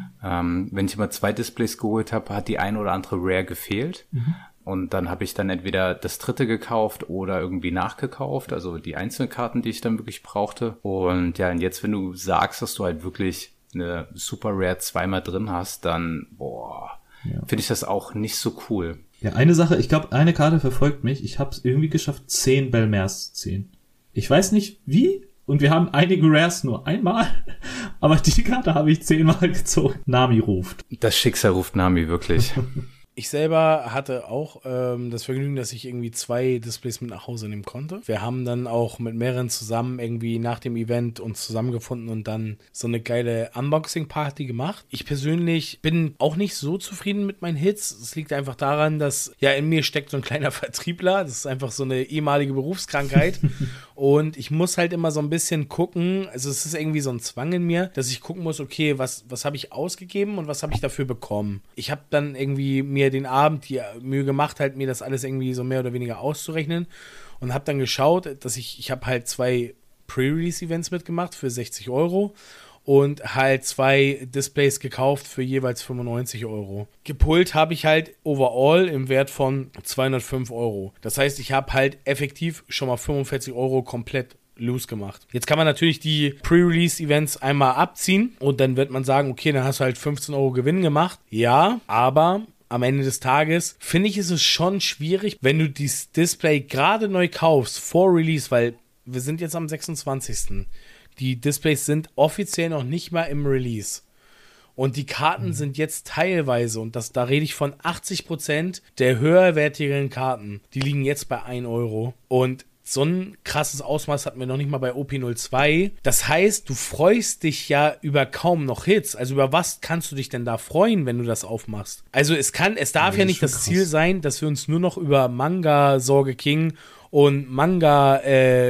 Wenn ich immer 2 Displays geholt habe, hat die ein oder andere Rare gefehlt. Und dann habe ich dann entweder das 3. gekauft oder irgendwie nachgekauft, also die einzelnen Karten, die ich dann wirklich brauchte. Und ja, und jetzt, wenn du sagst, dass du halt wirklich eine Super Rare 2-mal drin hast, dann, finde ich das auch nicht so cool. Ja, eine Sache, ich glaube, eine Karte verfolgt mich. Ich habe es irgendwie geschafft, 10 Belmers zu ziehen. Ich weiß nicht wie, und wir haben einige Rares nur einmal, aber die Karte habe ich 10-mal gezogen. Nami ruft. Das Schicksal ruft Nami, wirklich. Ich selber hatte auch das Vergnügen, dass ich irgendwie 2 Displays mit nach Hause nehmen konnte. Wir haben dann auch mit mehreren zusammen irgendwie nach dem Event uns zusammengefunden und dann so eine geile Unboxing-Party gemacht. Ich persönlich bin auch nicht so zufrieden mit meinen Hits. Es liegt einfach daran, dass ja in mir steckt so ein kleiner Vertriebler. Das ist einfach so eine ehemalige Berufskrankheit. Und ich muss halt immer so ein bisschen gucken, also es ist irgendwie so ein Zwang in mir, dass ich gucken muss, okay, was habe ich ausgegeben und was habe ich dafür bekommen. Ich habe dann irgendwie mir den Abend die Mühe gemacht, halt mir das alles irgendwie so mehr oder weniger auszurechnen und habe dann geschaut, dass ich habe halt 2 Pre-Release-Events mitgemacht für 60 € und halt 2 Displays gekauft für jeweils 95 €. Gepullt habe ich halt overall im Wert von 205 €. Das heißt, ich habe halt effektiv schon mal 45 € komplett loose gemacht. Jetzt kann man natürlich die Pre-Release-Events einmal abziehen und dann wird man sagen, okay, dann hast du halt 15 € Gewinn gemacht. Ja, aber am Ende des Tages finde ich, ist es schon schwierig, wenn du dieses Display gerade neu kaufst, vor Release, weil wir sind jetzt am 26. Die Displays sind offiziell noch nicht mal im Release. Und die Karten sind jetzt teilweise, und da rede ich von 80% der höherwertigen Karten, die liegen jetzt bei 1 €. Und so ein krasses Ausmaß hatten wir noch nicht mal bei OP02. Das heißt, du freust dich ja über kaum noch Hits. Also über was kannst du dich denn da freuen, wenn du das aufmachst? Also es darf ja nicht das Ziel sein, dass wir uns nur noch über Manga Sorge King und Manga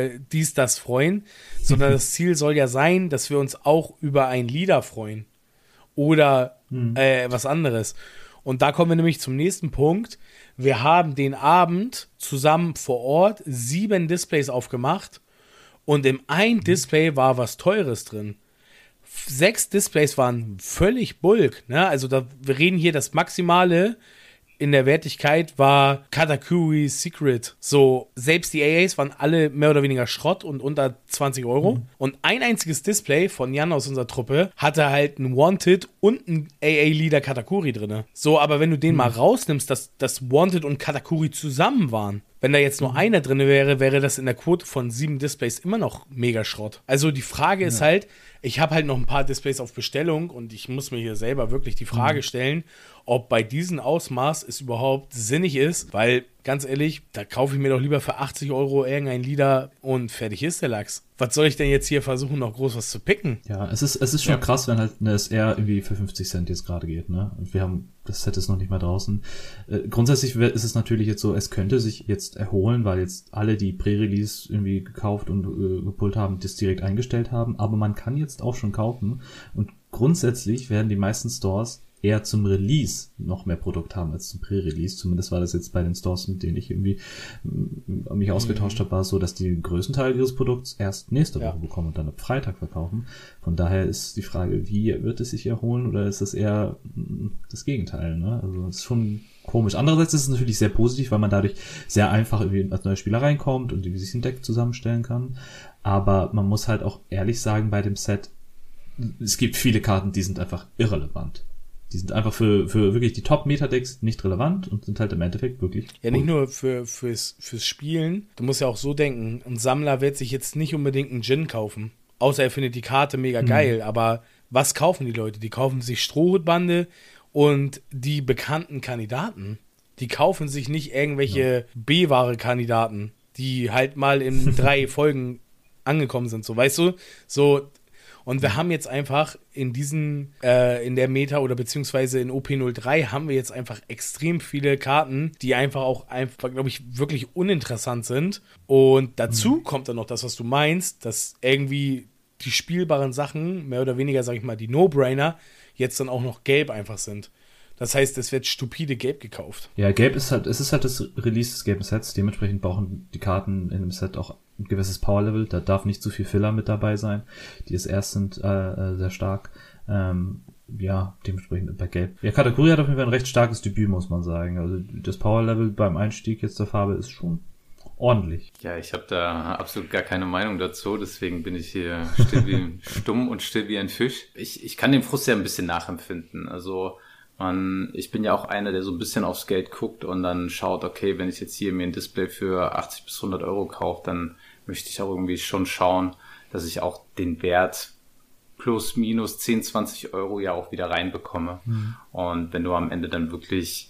das freuen, sondern das Ziel soll ja sein, dass wir uns auch über ein Lieder freuen. Oder was anderes. Und da kommen wir nämlich zum nächsten Punkt. Wir haben den Abend zusammen vor Ort 7 Displays aufgemacht Und im ein Display war was Teures drin. 6 Displays waren völlig Bulk. Ne? Also wir reden hier, das Maximale in der Wertigkeit war Katakuri Secret. So, selbst die AAs waren alle mehr oder weniger Schrott und unter 20 Euro. Und ein einziges Display von Jan aus unserer Truppe hatte halt ein Wanted und ein AA-Leader Katakuri drin. So, aber wenn du den mal rausnimmst, dass das Wanted und Katakuri zusammen waren, wenn da jetzt nur einer drin wäre, wäre das in der Quote von 7 Displays immer noch mega Schrott. Also die Frage ist halt, ich habe halt noch ein paar Displays auf Bestellung und ich muss mir hier selber wirklich die Frage stellen, ob bei diesem Ausmaß es überhaupt sinnig ist, weil, ganz ehrlich, da kaufe ich mir doch lieber für 80 Euro irgendein Leader und fertig ist der Lachs. Was soll ich denn jetzt hier versuchen, noch groß was zu picken? Ja, es ist schon krass, wenn halt eine SR irgendwie für 50 Cent jetzt gerade geht, ne? Und das Set ist noch nicht mal draußen. Grundsätzlich ist es natürlich jetzt so, es könnte sich jetzt erholen, weil jetzt alle, die Pre-Release irgendwie gekauft und gepullt haben, das direkt eingestellt haben, aber man kann jetzt auch schon kaufen und grundsätzlich werden die meisten Stores eher zum Release noch mehr Produkt haben als zum Pre-Release. Zumindest war das jetzt bei den Stores, mit denen ich irgendwie mich ausgetauscht habe, war es so, dass die den größten Teil ihres Produkts erst nächste Woche bekommen und dann ab Freitag verkaufen. Von daher ist die Frage, wie wird es sich erholen oder ist das eher das Gegenteil? Ne? Also es ist schon komisch. Andererseits ist es natürlich sehr positiv, weil man dadurch sehr einfach irgendwie als neuer Spieler reinkommt und sich ein Deck zusammenstellen kann. Aber man muss halt auch ehrlich sagen, bei dem Set, es gibt viele Karten, die sind einfach irrelevant. Die sind einfach für wirklich die Top-Meta-Decks nicht relevant und sind halt im Endeffekt wirklich Ja, nicht nur fürs Spielen. Du musst ja auch so denken, ein Sammler wird sich jetzt nicht unbedingt einen Djinn kaufen. Außer er findet die Karte mega geil. Aber was kaufen die Leute? Die kaufen sich Strohhutbande und die bekannten Kandidaten. Die kaufen sich nicht irgendwelche B-Ware-Kandidaten, die halt mal in 3 Folgen angekommen sind. So, weißt du? So. Und wir haben jetzt einfach in der Meta oder beziehungsweise in OP03 haben wir jetzt einfach extrem viele Karten, die einfach, glaube ich, wirklich uninteressant sind. Und dazu kommt dann noch das, was du meinst, dass irgendwie die spielbaren Sachen, mehr oder weniger, sag ich mal, die No-Brainer, jetzt dann auch noch gelb einfach sind. Das heißt, es wird stupide gelb gekauft. Ja, gelb ist halt das Release des gelben Sets. Dementsprechend brauchen die Karten in dem Set auch ein gewisses Power-Level. Da darf nicht zu viel Filler mit dabei sein. Die erst sind sehr stark. Ja, dementsprechend bei gelb. Ja, Katakuri hat auf jeden Fall ein recht starkes Debüt, muss man sagen. Also das Power-Level beim Einstieg jetzt der Farbe ist schon ordentlich. Ja, ich habe da absolut gar keine Meinung dazu, deswegen bin ich hier stumm und still wie ein Fisch. Ich kann den Frust ja ein bisschen nachempfinden. Also ich bin ja auch einer, der so ein bisschen aufs Geld guckt und dann schaut, okay, wenn ich jetzt hier mir ein Display für 80 bis 100 Euro kaufe, dann möchte ich auch irgendwie schon schauen, dass ich auch den Wert plus minus 10, 20 Euro ja auch wieder reinbekomme. Und wenn du am Ende dann wirklich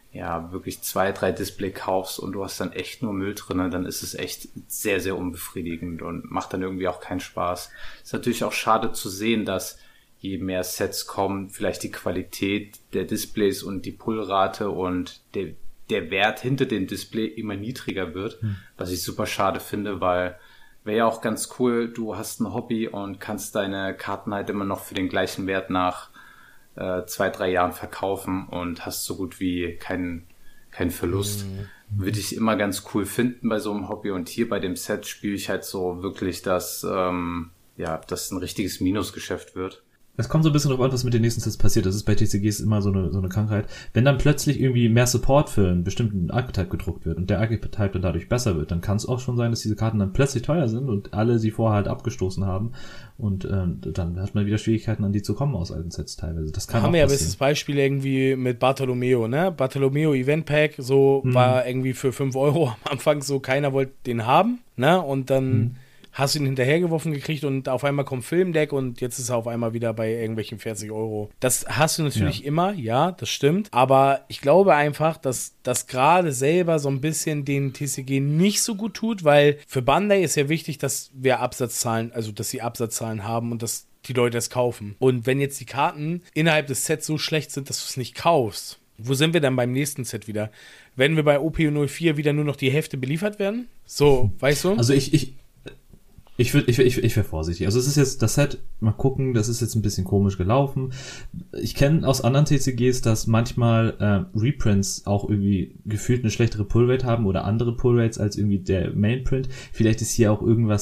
2, 3 Display kaufst und du hast dann echt nur Müll drin, dann ist es echt sehr, sehr unbefriedigend und macht dann irgendwie auch keinen Spaß. Ist natürlich auch schade zu sehen, dass je mehr Sets kommen, vielleicht die Qualität der Displays und die Pullrate und der Wert hinter dem Display immer niedriger wird, was ich super schade finde, weil wäre ja auch ganz cool, du hast ein Hobby und kannst deine Karten halt immer noch für den gleichen Wert nach 2, 3 Jahren verkaufen und hast so gut wie keinen Verlust. Würde ich immer ganz cool finden bei so einem Hobby und hier bei dem Set spiele ich halt so wirklich, dass das ein richtiges Minusgeschäft wird. Es kommt so ein bisschen drauf an, was mit den nächsten Sets passiert. Das ist bei TCGs immer so eine Krankheit. Wenn dann plötzlich irgendwie mehr Support für einen bestimmten Archetype gedruckt wird und der Archetype dann dadurch besser wird, dann kann es auch schon sein, dass diese Karten dann plötzlich teuer sind und alle sie vorher halt abgestoßen haben und dann hat man wieder Schwierigkeiten, an die zu kommen aus alten Sets teilweise. Das kann auch passieren. Haben wir ja bestes Beispiel irgendwie mit Bartolomeo, ne? Bartolomeo Event Pack, so war irgendwie für 5 Euro am Anfang so, keiner wollte den haben, ne? Und dann hast du ihn hinterhergeworfen gekriegt und auf einmal kommt Filmdeck und jetzt ist er auf einmal wieder bei irgendwelchen 40 Euro. Das hast du natürlich immer, ja, das stimmt. Aber ich glaube einfach, dass das gerade selber so ein bisschen den TCG nicht so gut tut, weil für Bandai ist ja wichtig, dass wir Absatzzahlen, also dass sie Absatzzahlen haben und dass die Leute es kaufen. Und wenn jetzt die Karten innerhalb des Sets so schlecht sind, dass du es nicht kaufst, wo sind wir dann beim nächsten Set wieder? Werden wir bei OP04 wieder nur noch die Hälfte beliefert werden? So, weißt du? Also ich wäre vorsichtig. Also es ist jetzt das Set, mal gucken, das ist jetzt ein bisschen komisch gelaufen. Ich kenne aus anderen TCGs, dass manchmal Reprints auch irgendwie gefühlt eine schlechtere Pullrate haben oder andere Pullrates als irgendwie der Mainprint. Vielleicht ist hier auch irgendwas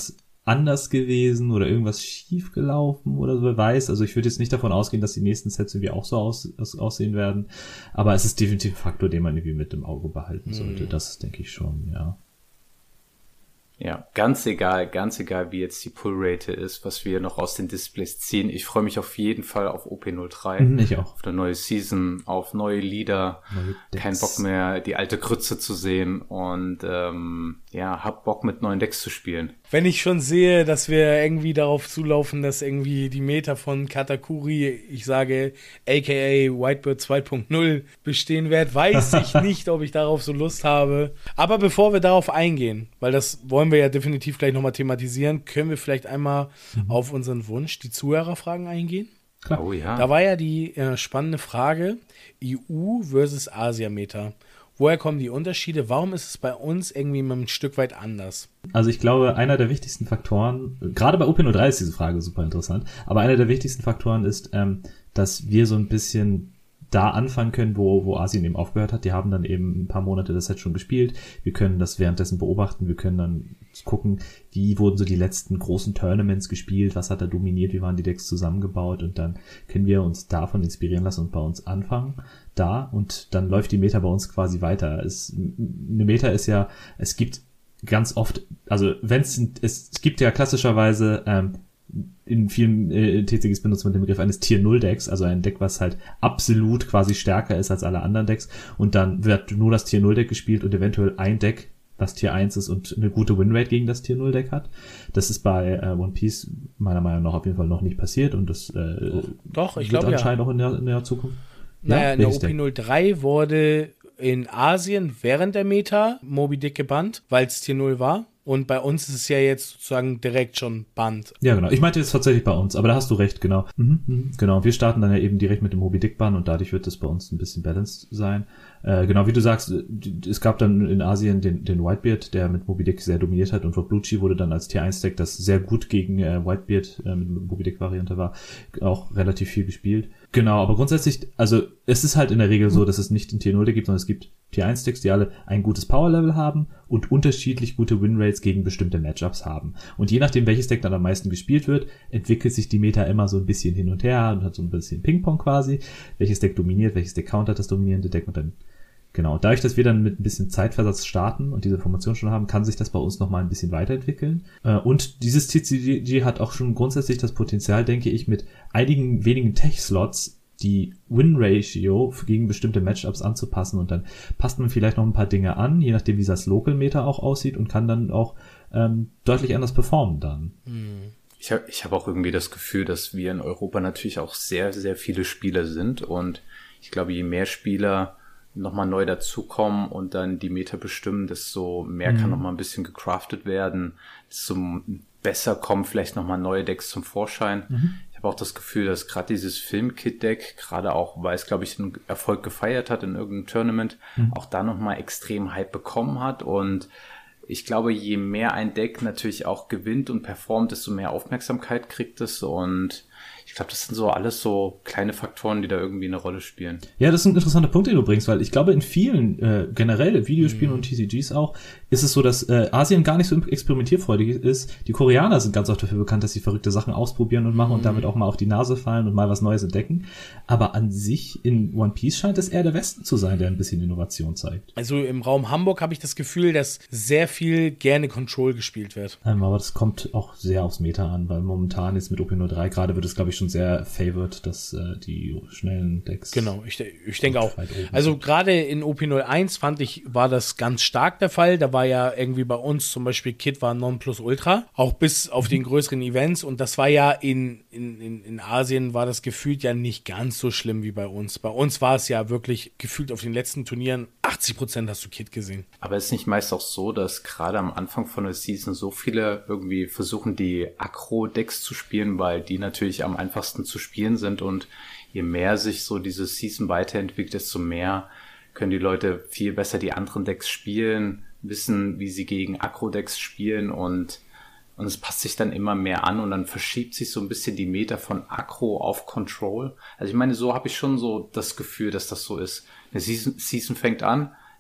anders gewesen oder irgendwas schief gelaufen oder so, wer weiß. Also ich würde jetzt nicht davon ausgehen, dass die nächsten Sets irgendwie auch so aussehen werden. Aber es ist definitiv ein Faktor, den man irgendwie mit im Auge behalten sollte. Das denke ich schon, ja. Ja, ganz egal, wie jetzt die Pull-Rate ist, was wir noch aus den Displays ziehen. Ich freue mich auf jeden Fall auf OP03. Ich auch. Auf eine neue Season, auf neue Lieder. Kein Bock mehr, die alte Grütze zu sehen und hab Bock mit neuen Decks zu spielen. Wenn ich schon sehe, dass wir irgendwie darauf zulaufen, dass irgendwie die Meta von Katakuri, ich sage aka Whitebird 2.0 bestehen wird, weiß ich nicht, ob ich darauf so Lust habe. Aber bevor wir darauf eingehen, weil das wollen wir ja definitiv gleich nochmal thematisieren, können wir vielleicht einmal auf unseren Wunsch, die Zuhörerfragen eingehen? Klar. Oh ja. Da war ja die spannende Frage, EU versus Asia-Meta. Woher kommen die Unterschiede? Warum ist es bei uns irgendwie mal ein Stück weit anders? Also ich glaube, einer der wichtigsten Faktoren, gerade bei OP03 ist diese Frage super interessant, aber einer der wichtigsten Faktoren ist, dass wir so ein bisschen da anfangen können, wo Asien eben aufgehört hat. Die haben dann eben ein paar Monate das Set schon gespielt. Wir können das währenddessen beobachten. Wir können dann gucken, wie wurden so die letzten großen Tournaments gespielt, was hat da dominiert, wie waren die Decks zusammengebaut und dann können wir uns davon inspirieren lassen und bei uns anfangen da und dann läuft die Meta bei uns quasi weiter. Eine Meta ist ja, es gibt ganz oft, also es gibt ja klassischerweise in vielen TCGs benutzt man den Begriff eines Tier-0-Decks, also ein Deck, was halt absolut quasi stärker ist als alle anderen Decks und dann wird nur das Tier-0-Deck gespielt und eventuell ein Deck, was Tier 1 ist und eine gute Winrate gegen das Tier-0-Deck hat. Das ist bei One Piece meiner Meinung nach auf jeden Fall noch nicht passiert und das Doch, ich wird glaube anscheinend auch in der Zukunft. Naja, in der OP03 wurde in Asien während der Meta Moby Dick gebannt, weil es Tier 0 war. Und bei uns ist es ja jetzt sozusagen direkt schon bannt. Ja, genau. Ich meinte jetzt tatsächlich bei uns, aber da hast du recht, genau. Genau, wir starten dann ja eben direkt mit dem Moby Dick Bann und dadurch wird es bei uns ein bisschen balanced sein. Genau, wie du sagst, es gab dann in Asien den Whitebeard, der mit Moby Dick sehr dominiert hat und Rob Lucci wurde dann als Tier 1 Deck, das sehr gut gegen Whitebeard mit Moby Dick Variante war, auch relativ viel gespielt. Genau, aber grundsätzlich, also es ist halt in der Regel so, dass es nicht ein Tier 0 Deck gibt, sondern es gibt Tier 1 Decks, die alle ein gutes Power Level haben und unterschiedlich gute Winrates gegen bestimmte Matchups haben. Und je nachdem, welches Deck dann am meisten gespielt wird, entwickelt sich die Meta immer so ein bisschen hin und her und hat so ein bisschen Ping-Pong quasi. Welches Deck dominiert, welches Deck countert das dominierende Deck und dann, genau. Dadurch, dass wir dann mit ein bisschen Zeitversatz starten und diese Information schon haben, kann sich das bei uns nochmal ein bisschen weiterentwickeln. Und dieses TCG hat auch schon grundsätzlich das Potenzial, denke ich, mit einigen wenigen Tech-Slots die Win-Ratio gegen bestimmte Matchups anzupassen und dann passt man vielleicht noch ein paar Dinge an, je nachdem wie das Local-Meta auch aussieht und kann dann auch deutlich anders performen dann. Ich hab auch irgendwie das Gefühl, dass wir in Europa natürlich auch sehr, sehr viele Spieler sind und ich glaube, je mehr Spieler nochmal neu dazukommen und dann die Meta bestimmen, desto mehr kann nochmal ein bisschen gecraftet werden, desto besser kommen vielleicht nochmal neue Decks zum Vorschein. Ich habe auch das Gefühl, dass gerade dieses Filmkit-Deck, gerade auch, weil es, glaube ich, einen Erfolg gefeiert hat in irgendeinem Tournament, auch da nochmal extrem Hype bekommen hat. Und ich glaube, je mehr ein Deck natürlich auch gewinnt und performt, desto mehr Aufmerksamkeit kriegt es. Und ich glaube, das sind so alles so kleine Faktoren, die da irgendwie eine Rolle spielen. Ja, das ist ein interessanter Punkt, den du bringst, weil ich glaube, in vielen generell Videospielen und TCGs auch, ist es so, dass Asien gar nicht so experimentierfreudig ist. Die Koreaner sind ganz oft dafür bekannt, dass sie verrückte Sachen ausprobieren und machen und damit auch mal auf die Nase fallen und mal was Neues entdecken. Aber an sich in One Piece scheint es eher der Westen zu sein, der ein bisschen Innovation zeigt. Also im Raum Hamburg habe ich das Gefühl, dass sehr viel gerne Control gespielt wird. Aber das kommt auch sehr aufs Meta an, weil momentan jetzt mit OP03 gerade wird es, glaube ich, schon sehr favored, dass die schnellen Decks. Genau, ich denke auch. Also gerade in OP01 fand ich, war das ganz stark der Fall. Da war ja irgendwie bei uns zum Beispiel Kid war Nonplusultra, auch bis auf den größeren Events und das war ja in Asien war das gefühlt ja nicht ganz so schlimm wie bei uns. Bei uns war es ja wirklich gefühlt auf den letzten Turnieren 80% hast du Kid gesehen. Aber ist nicht meist auch so, dass gerade am Anfang von der Season so viele irgendwie versuchen, die Aggro-Decks zu spielen, weil die natürlich am einfachsten zu spielen sind und je mehr sich so diese Season weiterentwickelt, desto mehr können die Leute viel besser die anderen Decks spielen, wissen, wie sie gegen Aggro-Decks spielen und es passt sich dann immer mehr an und dann verschiebt sich so ein bisschen die Meta von Aggro auf Control. Also ich meine, so habe ich schon so das Gefühl, dass das so ist. Eine Season fängt an,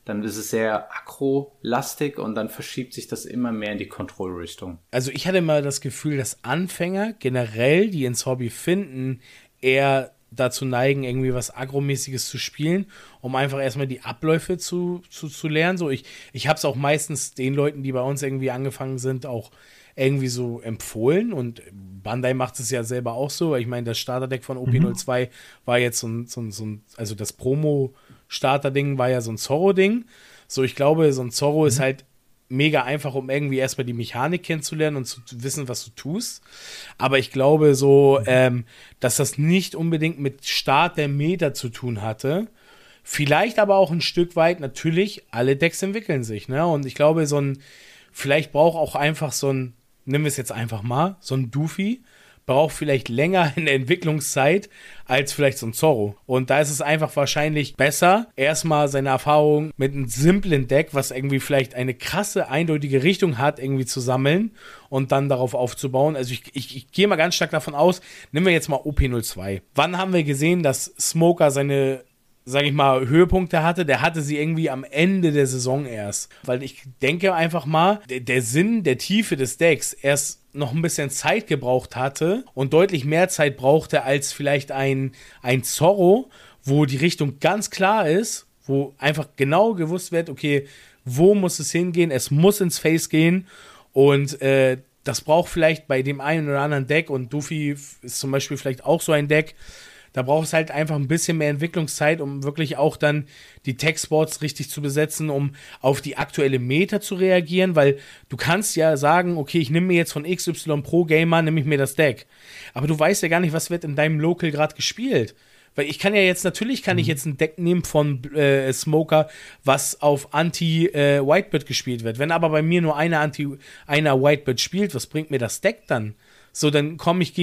dann ist es sehr aggro-lastig und dann verschiebt sich das immer mehr in die Control-Richtung. Also ich hatte mal das Gefühl, dass Anfänger generell, die ins Hobby finden, eher dazu neigen, irgendwie was Agromäßiges zu spielen, um einfach erstmal die Abläufe zu lernen. So, ich habe es auch meistens den Leuten, die bei uns irgendwie angefangen sind, auch irgendwie so empfohlen, und Bandai macht es ja selber auch so. Ich meine, das Starterdeck von OP02 war jetzt so ein also das Promo-Starter-Ding war ja so ein Zorro-Ding. So, ich glaube, so ein Zorro ist halt mega einfach, um irgendwie erstmal die Mechanik kennenzulernen und zu wissen, was du tust. Aber ich glaube so, dass das nicht unbedingt mit Start der Meta zu tun hatte. Vielleicht aber auch ein Stück weit, natürlich, alle Decks entwickeln sich, ne? Und ich glaube, vielleicht braucht auch einfach nehmen wir es jetzt einfach mal, so ein Doofy braucht vielleicht länger in der Entwicklungszeit als vielleicht so ein Zorro. Und da ist es einfach wahrscheinlich besser, erstmal seine Erfahrung mit einem simplen Deck, was irgendwie vielleicht eine krasse, eindeutige Richtung hat, irgendwie zu sammeln und dann darauf aufzubauen. Also ich gehe mal ganz stark davon aus, nehmen wir jetzt mal OP02. Wann haben wir gesehen, dass Smoker seine, sag ich mal, Höhepunkte hatte? Der hatte sie irgendwie am Ende der Saison erst. Weil ich denke einfach mal, der Sinn der Tiefe des Decks erst noch ein bisschen Zeit gebraucht hatte und deutlich mehr Zeit brauchte als vielleicht ein Zorro, wo die Richtung ganz klar ist, wo einfach genau gewusst wird, okay, wo muss es hingehen? Es muss ins Face gehen, und das braucht vielleicht bei dem einen oder anderen Deck, und Doofy ist zum Beispiel vielleicht auch so ein Deck. Da braucht es halt einfach ein bisschen mehr Entwicklungszeit, um wirklich auch dann die Tech-Spots richtig zu besetzen, um auf die aktuelle Meta zu reagieren, weil du kannst ja sagen, okay, ich nehme mir jetzt von XY Pro Gamer, nehme ich mir das Deck. Aber du weißt ja gar nicht, was wird in deinem Local gerade gespielt. Weil ich kann ja jetzt, natürlich kann ich jetzt ein Deck nehmen von Smoker, was auf Anti-Whitebird gespielt wird. Wenn aber bei mir nur einer Whitebird spielt, was bringt mir das Deck dann? So, dann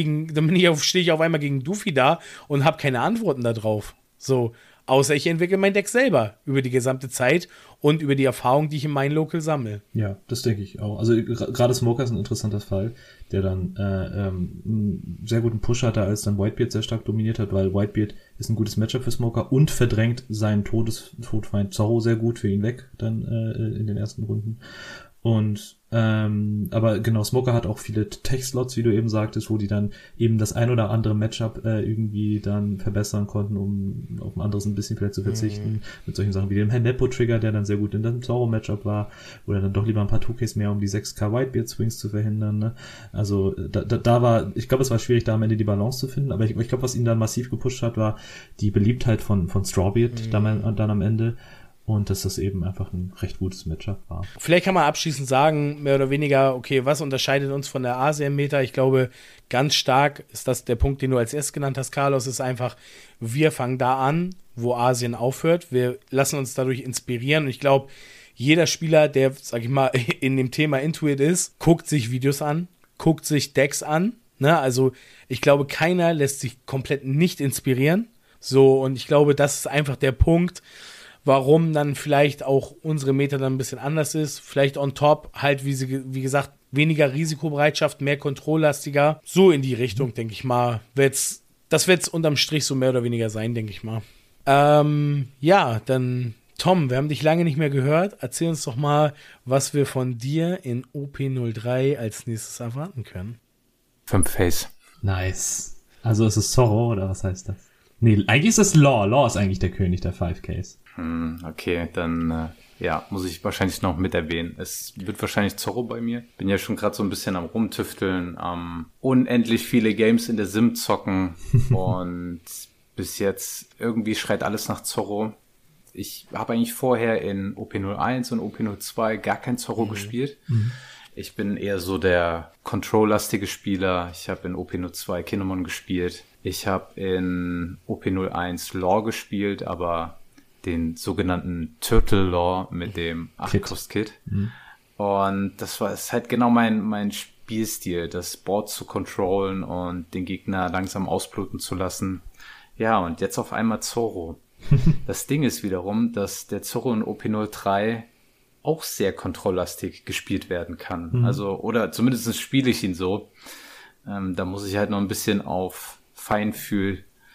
stehe ich auf einmal gegen Doofy da und habe keine Antworten darauf. So, außer ich entwickle mein Deck selber über die gesamte Zeit und über die Erfahrung, die ich in meinem Local sammle. Ja, das denke ich auch. Also gerade Smoker ist ein interessanter Fall, der dann einen sehr guten Push hatte, als dann Whitebeard sehr stark dominiert hat, weil Whitebeard ist ein gutes Matchup für Smoker und verdrängt seinen Todfeind Zorro sehr gut für ihn weg, dann in den ersten Runden. Und aber genau, Smoker hat auch viele Tech-Slots, wie du eben sagtest, wo die dann eben das ein oder andere Matchup irgendwie dann verbessern konnten, um auf ein anderes ein bisschen vielleicht zu verzichten. Mit solchen Sachen wie dem Nepo-Trigger, der dann sehr gut in dem Zorro-Matchup war, oder dann doch lieber ein paar 2Ks mehr, um die 6K Whitebeard-Swings zu verhindern. Ne? Also da war, ich glaube, es war schwierig, da am Ende die Balance zu finden, aber ich glaube, was ihn dann massiv gepusht hat, war die Beliebtheit von Strawbeard dann am Ende. Und dass das eben einfach ein recht gutes Matchup war. Vielleicht kann man abschließend sagen, mehr oder weniger, okay, was unterscheidet uns von der Asien-Meta? Ich glaube, ganz stark ist das der Punkt, den du als erstes genannt hast, Carlos, ist einfach, wir fangen da an, wo Asien aufhört. Wir lassen uns dadurch inspirieren. Und ich glaube, jeder Spieler, der, sag ich mal, in dem Thema Intuit ist, guckt sich Videos an, guckt sich Decks an. Ne? Also ich glaube, keiner lässt sich komplett nicht inspirieren. So, und ich glaube, das ist einfach der Punkt, warum dann vielleicht auch unsere Meta dann ein bisschen anders ist. Vielleicht on top halt, wie gesagt, weniger Risikobereitschaft, mehr kontrolllastiger. So in die Richtung, denke ich mal. Das wird es unterm Strich so mehr oder weniger sein, denke ich mal. Ja, dann Tom, wir haben dich lange nicht mehr gehört. Erzähl uns doch mal, was wir von dir in OP03 als nächstes erwarten können. 5 Face. Nice. Also ist es Zorro, oder was heißt das? Nee, eigentlich ist es Law. Law ist eigentlich der König der 5Ks. Okay, dann muss ich wahrscheinlich noch mit erwähnen. Es wird wahrscheinlich Zorro bei mir. Bin ja schon gerade so ein bisschen am Rumtüfteln, unendlich viele Games in der Sim zocken und bis jetzt irgendwie schreit alles nach Zorro. Ich habe eigentlich vorher in OP01 und OP02 gar kein Zorro gespielt. Ich bin eher so der Control-lastige Spieler. Ich habe in OP02 Kinemon gespielt. Ich habe in OP01 Law gespielt, aber den sogenannten Turtle Law mit dem 8-Kost-Kit. Und das ist halt genau mein Spielstil, das Board zu controllen und den Gegner langsam ausbluten zu lassen. Ja, und jetzt auf einmal Zorro. Das Ding ist wiederum, dass der Zorro in OP03 auch sehr kontrolllastig gespielt werden kann. Also, oder zumindest spiele ich ihn so. Da muss ich halt noch ein bisschen auf Feinfühl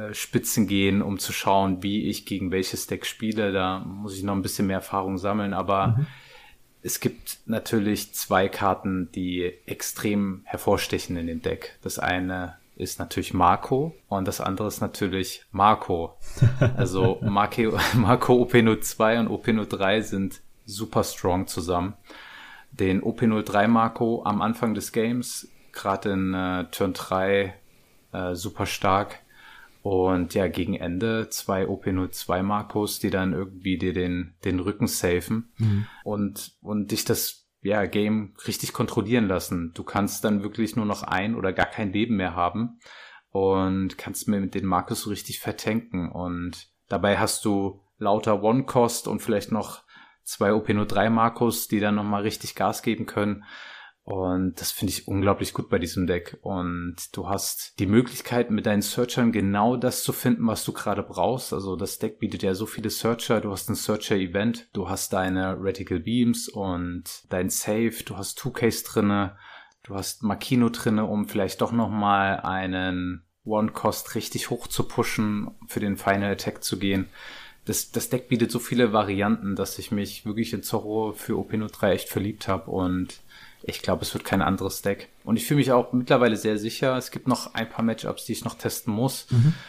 Spitzen gehen, um zu schauen, wie ich gegen welches Deck spiele. Da muss ich noch ein bisschen mehr Erfahrung sammeln, aber es gibt natürlich 2 Karten, die extrem hervorstechen in dem Deck. Das eine ist natürlich Marco und das andere ist natürlich Marco. Also Marco OP02 und OP03 sind super strong zusammen. Den OP03 Marco am Anfang des Games, gerade in Turn 3, super stark. Und ja, gegen Ende 2 OP02 Marcos, die dann irgendwie dir den Rücken safen und dich das Game richtig kontrollieren lassen. Du kannst dann wirklich nur noch ein oder gar kein Leben mehr haben und kannst mir mit den Marcos so richtig vertanken. Und dabei hast du lauter One-Cost und vielleicht noch 2 OP03 Marcos, die dann nochmal richtig Gas geben können. Und das finde ich unglaublich gut bei diesem Deck. Und du hast die Möglichkeit, mit deinen Searchern genau das zu finden, was du gerade brauchst. Also das Deck bietet ja so viele Searcher. Du hast ein Searcher-Event, du hast deine Reticle Beams und dein Save, du hast 2Ks drinne, du hast Makino drinne, um vielleicht doch nochmal einen One-Cost richtig hoch zu pushen, für den Final Attack zu gehen. Das Deck bietet so viele Varianten, dass ich mich wirklich in Zorro für OP03 echt verliebt habe und ich glaube, es wird kein anderes Deck. Und ich fühle mich auch mittlerweile sehr sicher. Es gibt noch ein paar Matchups, die ich noch testen muss.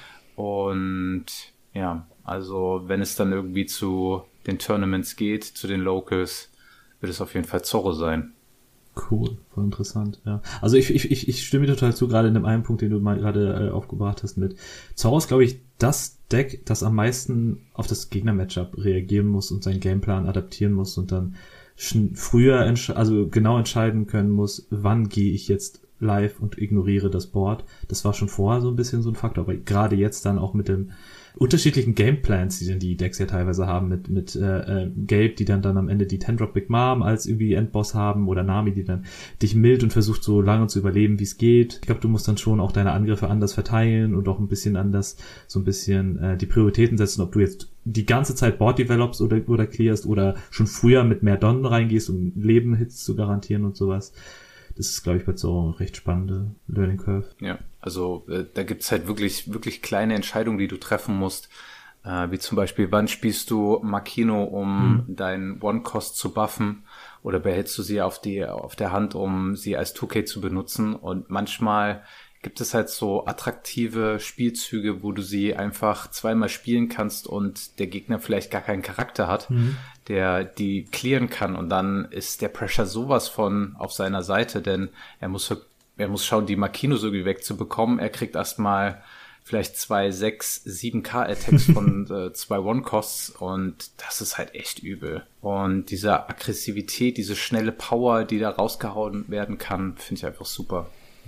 Und ja, also wenn es dann irgendwie zu den Tournaments geht, zu den Locals, wird es auf jeden Fall Zorro sein. Cool, voll interessant, ja. Also ich stimme dir total zu, gerade in dem einen Punkt, den du mal gerade aufgebracht hast mit Zorro ist, glaube ich, das Deck, das am meisten auf das Gegner-Matchup reagieren muss und seinen Gameplan adaptieren muss und dann früher, genau entscheiden können muss, wann gehe ich jetzt live und ignoriere das Board. Das war schon vorher so ein bisschen so ein Faktor, aber gerade jetzt dann auch mit dem unterschiedlichen Gameplans, die die Decks ja teilweise haben, mit Gelb, die dann am Ende die 10-Drop Big Mom als irgendwie Endboss haben oder Nami, die dann dich mild und versucht so lange zu überleben, wie es geht. Ich glaube, du musst dann schon auch deine Angriffe anders verteilen und auch ein bisschen anders so ein bisschen die Prioritäten setzen, ob du jetzt die ganze Zeit Board developst oder clearst oder schon früher mit mehr Donnen reingehst, um Leben-Hits zu garantieren und sowas. Das ist, glaube ich, bei so eine recht spannende Learning Curve. Ja, also da gibt's halt wirklich, wirklich kleine Entscheidungen, die du treffen musst. Wie zum Beispiel, wann spielst du Makino, um deinen One-Cost zu buffen? Oder behältst du sie auf der Hand, um sie als 2K zu benutzen? Und manchmal gibt es halt so attraktive Spielzüge, wo du sie einfach zweimal spielen kannst und der Gegner vielleicht gar keinen Charakter hat, der die clearen kann. Und dann ist der Pressure sowas von auf seiner Seite, denn er muss schauen, die Makino so irgendwie wegzubekommen. Er kriegt erstmal vielleicht 2, 6, 7k Attacks von 2 One-Costs und das ist halt echt übel. Und diese Aggressivität, diese schnelle Power, die da rausgehauen werden kann, finde ich einfach super.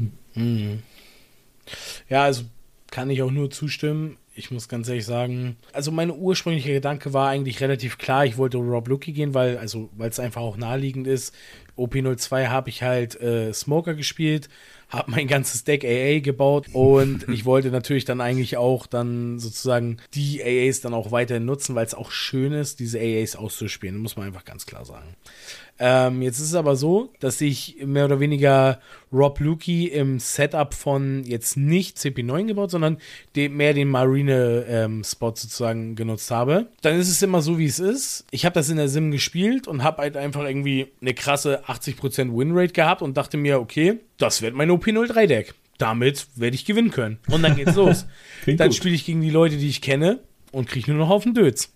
Ja, also kann ich auch nur zustimmen. Ich muss ganz ehrlich sagen, also mein ursprünglicher Gedanke war eigentlich relativ klar. Ich wollte Rob Lucky gehen, weil es einfach auch naheliegend ist. OP02 habe ich halt Smoker gespielt, habe mein ganzes Deck AA gebaut und ich wollte natürlich dann eigentlich auch dann sozusagen die AAs dann auch weiterhin nutzen, weil es auch schön ist, diese AAs auszuspielen, muss man einfach ganz klar sagen. Jetzt ist es aber so, dass ich mehr oder weniger Rob Lucky im Setup von jetzt nicht CP9 gebaut, sondern mehr den Marine-Spot sozusagen genutzt habe. Dann ist es immer so, wie es ist. Ich habe das in der Sim gespielt und habe halt einfach irgendwie eine krasse 80% Winrate gehabt und dachte mir, okay, das wird mein OP03-Deck. Damit werde ich gewinnen können. Und dann geht's los. Dann spiele ich gegen die Leute, die ich kenne und kriege nur noch auf den Dötz.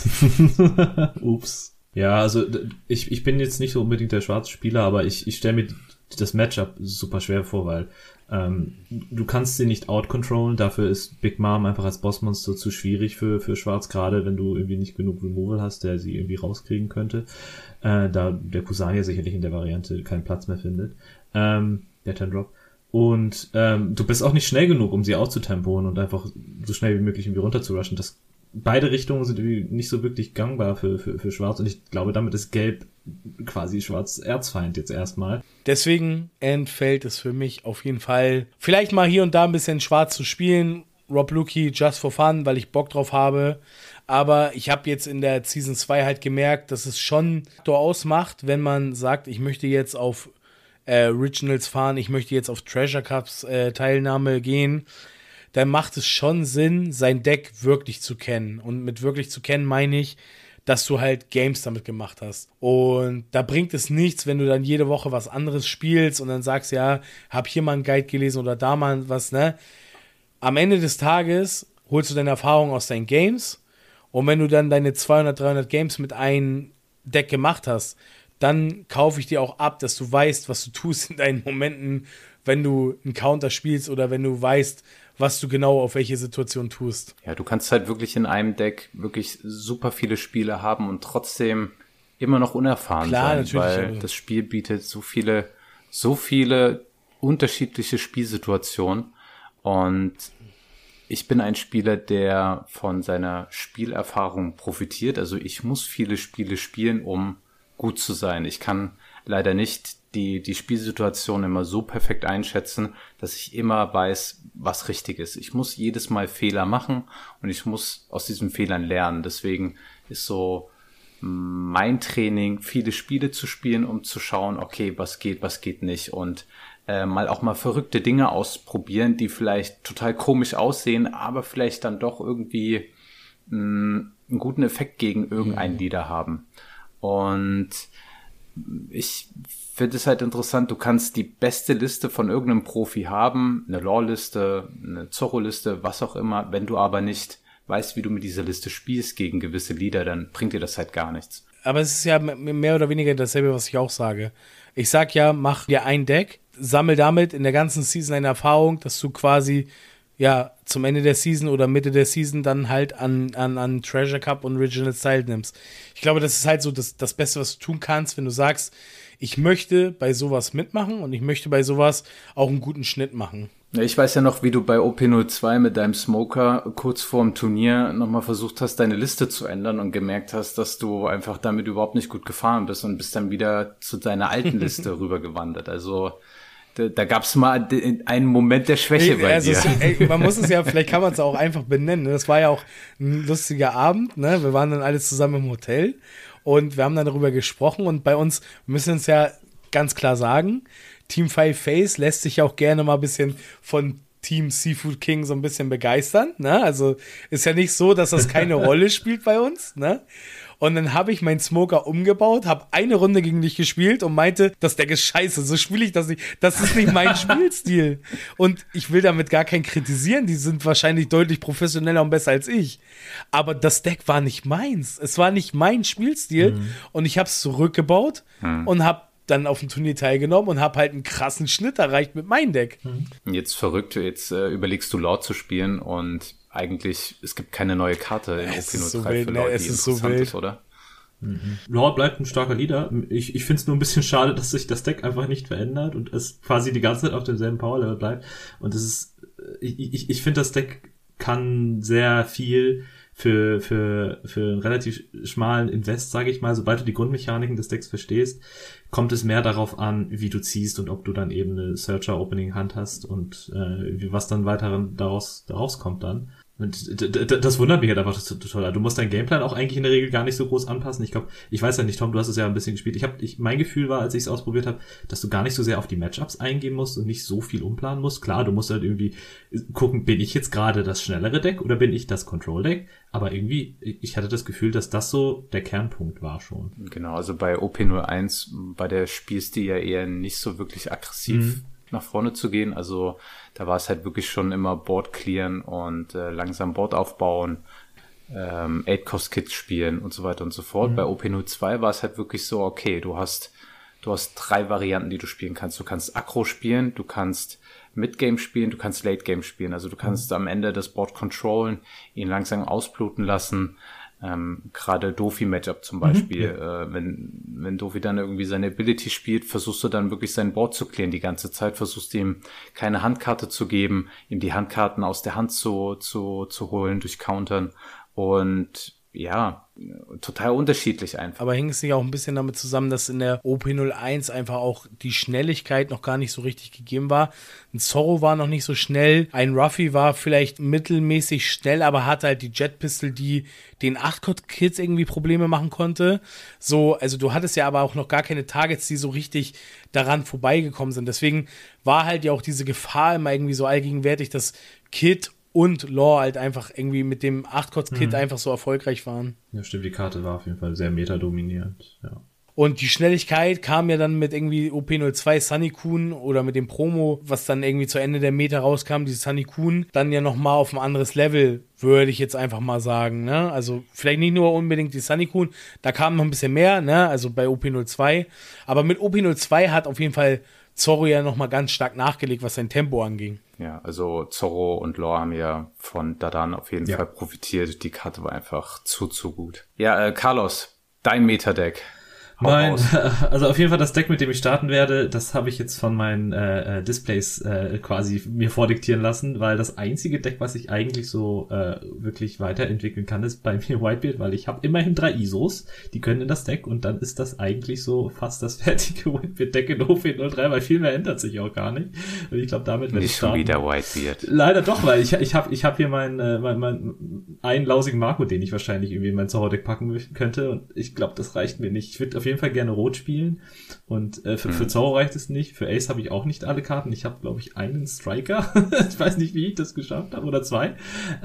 Ups. Ja, also ich bin jetzt nicht so unbedingt der schwarze Spieler, aber ich stelle mir das Matchup super schwer vor, weil du kannst sie nicht outcontrollen, dafür ist Big Mom einfach als Bossmonster zu schwierig für Schwarz, gerade wenn du irgendwie nicht genug Removal hast, der sie irgendwie rauskriegen könnte, da der Kusania sicherlich in der Variante keinen Platz mehr findet, der 10-Drop. Und du bist auch nicht schnell genug, um sie auszutempoen und einfach so schnell wie möglich irgendwie runter zu rushen. Beide Richtungen sind irgendwie nicht so wirklich gangbar für Schwarz und ich glaube, damit ist Gelb quasi Schwarz Erzfeind jetzt erstmal. Deswegen entfällt es für mich auf jeden Fall, vielleicht mal hier und da ein bisschen Schwarz zu spielen, Rob Lucky just for fun, weil ich Bock drauf habe, aber ich habe jetzt in der Season 2 halt gemerkt, dass es schon so ausmacht, wenn man sagt, ich möchte jetzt auf Originals fahren, ich möchte jetzt auf Treasure Cups Teilnahme gehen, dann macht es schon Sinn, sein Deck wirklich zu kennen. Und mit wirklich zu kennen meine ich, dass du halt Games damit gemacht hast. Und da bringt es nichts, wenn du dann jede Woche was anderes spielst und dann sagst, ja, hab hier mal einen Guide gelesen oder da mal was, ne? Am Ende des Tages holst du deine Erfahrung aus deinen Games und wenn du dann deine 200, 300 Games mit einem Deck gemacht hast, dann kaufe ich dir auch ab, dass du weißt, was du tust in deinen Momenten, wenn du einen Counter spielst oder wenn du weißt, was du genau auf welche Situation tust. Ja, du kannst halt wirklich in einem Deck wirklich super viele Spiele haben und trotzdem immer noch unerfahren sein, weil das Spiel bietet so viele unterschiedliche Spielsituationen und ich bin ein Spieler, der von seiner Spielerfahrung profitiert. Also ich muss viele Spiele spielen, um gut zu sein. Ich kann leider nicht die Spielsituation immer so perfekt einschätzen, dass ich immer weiß, was richtig ist. Ich muss jedes Mal Fehler machen und ich muss aus diesen Fehlern lernen. Deswegen ist so mein Training, viele Spiele zu spielen, um zu schauen, okay, was geht nicht und mal verrückte Dinge ausprobieren, die vielleicht total komisch aussehen, aber vielleicht dann doch irgendwie einen guten Effekt gegen irgendeinen Leader haben. Und ich finde es halt interessant, du kannst die beste Liste von irgendeinem Profi haben, eine Lore-Liste, eine Zorro-Liste, was auch immer, wenn du aber nicht weißt, wie du mit dieser Liste spielst gegen gewisse Leader, dann bringt dir das halt gar nichts. Aber es ist ja mehr oder weniger dasselbe, was ich auch sage. Ich sag ja, mach dir ein Deck, sammel damit in der ganzen Season eine Erfahrung, dass du quasi ja zum Ende der Season oder Mitte der Season dann halt an Treasure Cup und Regionals teilnimmst. Ich glaube, das ist halt so das Beste, was du tun kannst, wenn du sagst, ich möchte bei sowas mitmachen und ich möchte bei sowas auch einen guten Schnitt machen. Ja, ich weiß ja noch, wie du bei OP02 mit deinem Smoker kurz vorm Turnier nochmal versucht hast, deine Liste zu ändern und gemerkt hast, dass du einfach damit überhaupt nicht gut gefahren bist und bist dann wieder zu deiner alten Liste rübergewandert. Also da gab es mal einen Moment der Schwäche bei dir. Man muss es ja, vielleicht kann man es auch einfach benennen. Das war ja auch ein lustiger Abend, ne? Wir waren dann alle zusammen im Hotel und wir haben dann darüber gesprochen und bei uns, wir müssen uns ja ganz klar sagen, Team 5 Face lässt sich auch gerne mal ein bisschen von Team Seafood King so ein bisschen begeistern, ne? Also ist ja nicht so, dass das keine Rolle spielt bei uns, ne? Und dann habe ich meinen Smoker umgebaut, habe eine Runde gegen dich gespielt und meinte, das Deck ist scheiße, so spiele ich das nicht. Das ist nicht mein Spielstil. Und ich will damit gar keinen kritisieren, die sind wahrscheinlich deutlich professioneller und besser als ich. Aber das Deck war nicht meins. Es war nicht mein Spielstil und ich habe es zurückgebaut und habe dann auf dem Turnier teilgenommen und habe halt einen krassen Schnitt erreicht mit meinem Deck. Jetzt verrückt, jetzt überlegst du Lord zu spielen und eigentlich, es gibt keine neue Karte in OP03 für Lord, die interessant ist, oder? Lord bleibt ein starker Leader. Ich finde es nur ein bisschen schade, dass sich das Deck einfach nicht verändert und es quasi die ganze Zeit auf demselben Power-Level bleibt. Und es ist, ich finde, das Deck kann sehr viel für einen relativ schmalen Invest, sage ich mal. Sobald du die Grundmechaniken des Decks verstehst, kommt es mehr darauf an, wie du ziehst und ob du dann eben eine Searcher-Opening-Hand hast und was dann weiter daraus kommt dann. Und das wundert mich halt einfach total. Du musst deinen Gameplan auch eigentlich in der Regel gar nicht so groß anpassen. Ich weiß ja nicht, Tom, du hast es ja ein bisschen gespielt. Mein Gefühl war, als ich es ausprobiert habe, dass du gar nicht so sehr auf die Matchups eingehen musst und nicht so viel umplanen musst. Klar, du musst halt irgendwie gucken, bin ich jetzt gerade das schnellere Deck oder bin ich das Control-Deck? Aber irgendwie, ich hatte das Gefühl, dass das so der Kernpunkt war schon. Genau, also bei OP01 war der Spielstil ja eher nicht so wirklich aggressiv nach vorne zu gehen. Also da war es halt wirklich schon immer Board clearen und langsam Board aufbauen, 8-Cost-Kits spielen und so weiter und so fort. Bei OP02 war es halt wirklich so, okay, du hast 3 Varianten, die du spielen kannst. Du kannst Aggro spielen, du kannst Mid-Game spielen, du kannst Late-Game spielen. Also du kannst am Ende das Board controllen, ihn langsam ausbluten lassen. Gerade Dofi-Matchup zum Beispiel, wenn Dofi dann irgendwie seine Ability spielt, versuchst du dann wirklich sein Board zu klären die ganze Zeit, versuchst ihm keine Handkarte zu geben, ihm die Handkarten aus der Hand zu holen durch Countern und ja, total unterschiedlich einfach. Aber hing es nicht auch ein bisschen damit zusammen, dass in der OP01 einfach auch die Schnelligkeit noch gar nicht so richtig gegeben war? Ein Zorro war noch nicht so schnell, ein Ruffy war vielleicht mittelmäßig schnell, aber hatte halt die Jet Pistol, die den 8-Code-Kids irgendwie Probleme machen konnte. So, also du hattest ja aber auch noch gar keine Targets, die so richtig daran vorbeigekommen sind. Deswegen war halt ja auch diese Gefahr immer irgendwie so allgegenwärtig, dass Kid und Law halt einfach irgendwie mit dem 8-Kost-Kit einfach so erfolgreich waren. Ja, stimmt, die Karte war auf jeden Fall sehr meta-dominierend, ja. Und die Schnelligkeit kam ja dann mit irgendwie OP02 Sunicune oder mit dem Promo, was dann irgendwie zu Ende der Meta rauskam, dieses Sunicune, dann ja nochmal auf ein anderes Level, würde ich jetzt einfach mal sagen, ne? Also vielleicht nicht nur unbedingt die Sunicune, da kam noch ein bisschen mehr, ne? Also bei OP02. Aber mit OP02 hat auf jeden Fall Zorro ja nochmal ganz stark nachgelegt, was sein Tempo anging. Ja, also Zorro und Law haben ja von Dadan auf jeden Fall profitiert. Die Karte war einfach zu gut. Ja, Carlos, dein Meta-Deck. Also auf jeden Fall das Deck, mit dem ich starten werde, das habe ich jetzt von meinen Displays quasi mir vordiktieren lassen, weil das einzige Deck, was ich eigentlich so wirklich weiterentwickeln kann, ist bei mir Whitebeard, weil ich habe immerhin 3 ISOs, die können in das Deck und dann ist das eigentlich so fast das fertige Whitebeard-Deck in OP03, weil viel mehr ändert sich auch gar nicht. Und ich glaube, damit werde ich starten. Nicht schon wieder Whitebeard. Leider doch, weil ich hab hier meinen einen lausigen Marco, den ich wahrscheinlich irgendwie in mein Zorro-Deck packen könnte und ich glaube, das reicht mir nicht. Ich würde auf jeden Fall gerne Rot spielen und für Zorro reicht es nicht. Für Ace habe ich auch nicht alle Karten. Ich habe, glaube ich, einen Striker. Ich weiß nicht, wie ich das geschafft habe oder 2.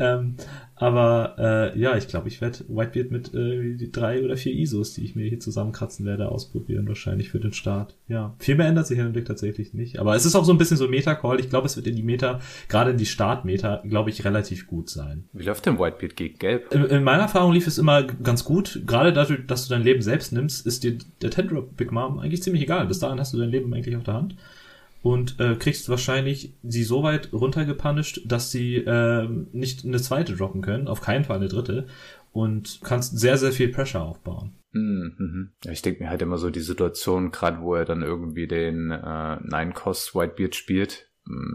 Aber ich glaube, ich werde Whitebeard mit 3 oder 4 ISOs, die ich mir hier zusammenkratzen werde, ausprobieren, wahrscheinlich für den Start. Ja, viel mehr ändert sich in dem Deck tatsächlich nicht. Aber es ist auch so ein bisschen so Meta-Call. Ich glaube, es wird in die Meta, gerade in die Start-Meta, glaube ich, relativ gut sein. Wie läuft denn Whitebeard gegen Gelb? In meiner Erfahrung lief es immer ganz gut. Gerade dadurch, dass du dein Leben selbst nimmst, ist dir der 10-Drop Big Mom eigentlich ziemlich egal. Bis dahin hast du dein Leben eigentlich auf der Hand. Und kriegst wahrscheinlich sie so weit runtergepunished, dass sie nicht eine zweite droppen können, auf keinen Fall eine dritte, und kannst sehr, sehr viel Pressure aufbauen. Ja, ich denke mir halt immer so die Situation, gerade wo er dann irgendwie den 9-Cost Whitebeard spielt,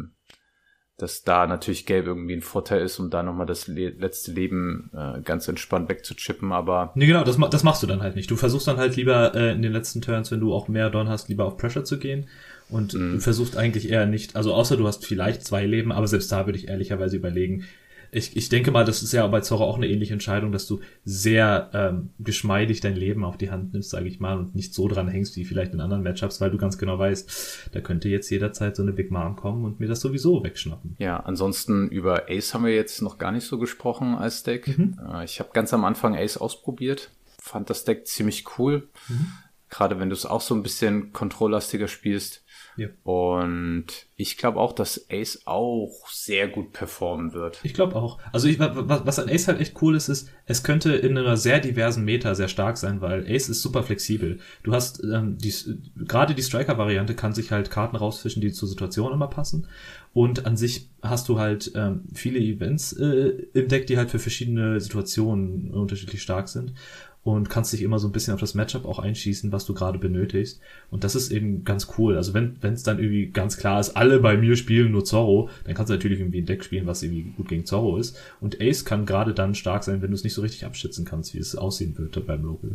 dass da natürlich Gelb irgendwie ein Vorteil ist, um da nochmal das letzte Leben ganz entspannt wegzuchippen, aber... Nee, genau, das machst du dann halt nicht. Du versuchst dann halt lieber in den letzten Turns, wenn du auch mehr Don hast, lieber auf Pressure zu gehen. Und du versuchst eigentlich eher nicht, also außer du hast vielleicht 2 Leben, aber selbst da würde ich ehrlicherweise überlegen. Ich denke mal, das ist ja bei Zorro auch eine ähnliche Entscheidung, dass du sehr geschmeidig dein Leben auf die Hand nimmst, sage ich mal, und nicht so dran hängst wie vielleicht in anderen Matchups, weil du ganz genau weißt, da könnte jetzt jederzeit so eine Big Mom kommen und mir das sowieso wegschnappen. Ja, ansonsten über Ace haben wir jetzt noch gar nicht so gesprochen als Deck. Ich habe ganz am Anfang Ace ausprobiert, fand das Deck ziemlich cool, gerade wenn du es auch so ein bisschen kontrolllastiger spielst. Ja. Und ich glaube auch, dass Ace auch sehr gut performen wird. Ich glaube auch. Also was an Ace halt echt cool ist, es könnte in einer sehr diversen Meta sehr stark sein, weil Ace ist super flexibel. Du hast gerade die Striker-Variante kann sich halt Karten rausfischen, die zur Situation immer passen. Und an sich hast du halt viele Events im Deck, die halt für verschiedene Situationen unterschiedlich stark sind. Und kannst dich immer so ein bisschen auf das Matchup auch einschießen, was du gerade benötigst. Und das ist eben ganz cool. Also wenn es dann irgendwie ganz klar ist, alle bei mir spielen nur Zorro, dann kannst du natürlich irgendwie ein Deck spielen, was irgendwie gut gegen Zorro ist. Und Ace kann gerade dann stark sein, wenn du es nicht so richtig abschätzen kannst, wie es aussehen wird beim Local.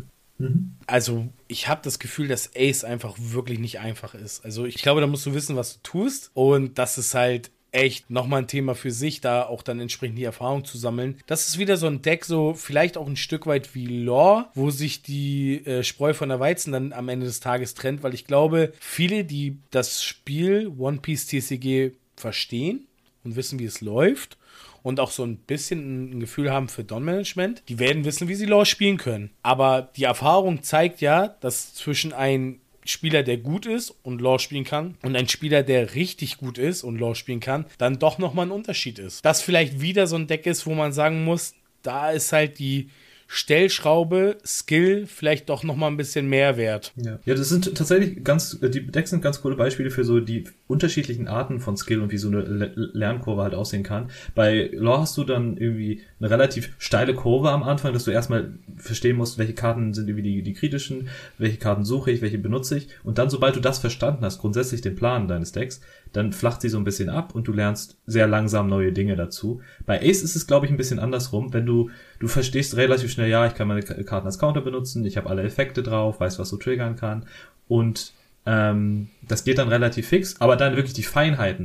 Also ich habe das Gefühl, dass Ace einfach wirklich nicht einfach ist. Also ich glaube, da musst du wissen, was du tust. Und das ist halt echt nochmal ein Thema für sich, da auch dann entsprechend die Erfahrung zu sammeln. Das ist wieder so ein Deck, so vielleicht auch ein Stück weit wie Law, wo sich die Spreu von der Weizen dann am Ende des Tages trennt, weil ich glaube, viele, die das Spiel One Piece TCG verstehen und wissen, wie es läuft und auch so ein bisschen ein Gefühl haben für Don-Management, die werden wissen, wie sie Law spielen können. Aber die Erfahrung zeigt ja, dass zwischen ein Spieler, der gut ist und Law spielen kann, und ein Spieler, der richtig gut ist und Law spielen kann, dann doch nochmal ein Unterschied ist. Das vielleicht wieder so ein Deck ist, wo man sagen muss, da ist halt die Stellschraube, Skill vielleicht doch nochmal ein bisschen mehr wert. Ja, das sind tatsächlich die Decks sind ganz coole Beispiele für so die unterschiedlichen Arten von Skill und wie so eine Lernkurve halt aussehen kann. Bei Law hast du dann irgendwie eine relativ steile Kurve am Anfang, dass du erstmal verstehen musst, welche Karten sind irgendwie die kritischen, welche Karten suche ich, welche benutze ich, und dann, sobald du das verstanden hast, grundsätzlich den Plan deines Decks, dann flacht sie so ein bisschen ab und du lernst sehr langsam neue Dinge dazu. Bei Ace ist es, glaube ich, ein bisschen andersrum, wenn du verstehst relativ schnell, ja, ich kann meine Karten als Counter benutzen, ich habe alle Effekte drauf, weiß, was so triggern kann, und das geht dann relativ fix, aber dann wirklich die Feinheiten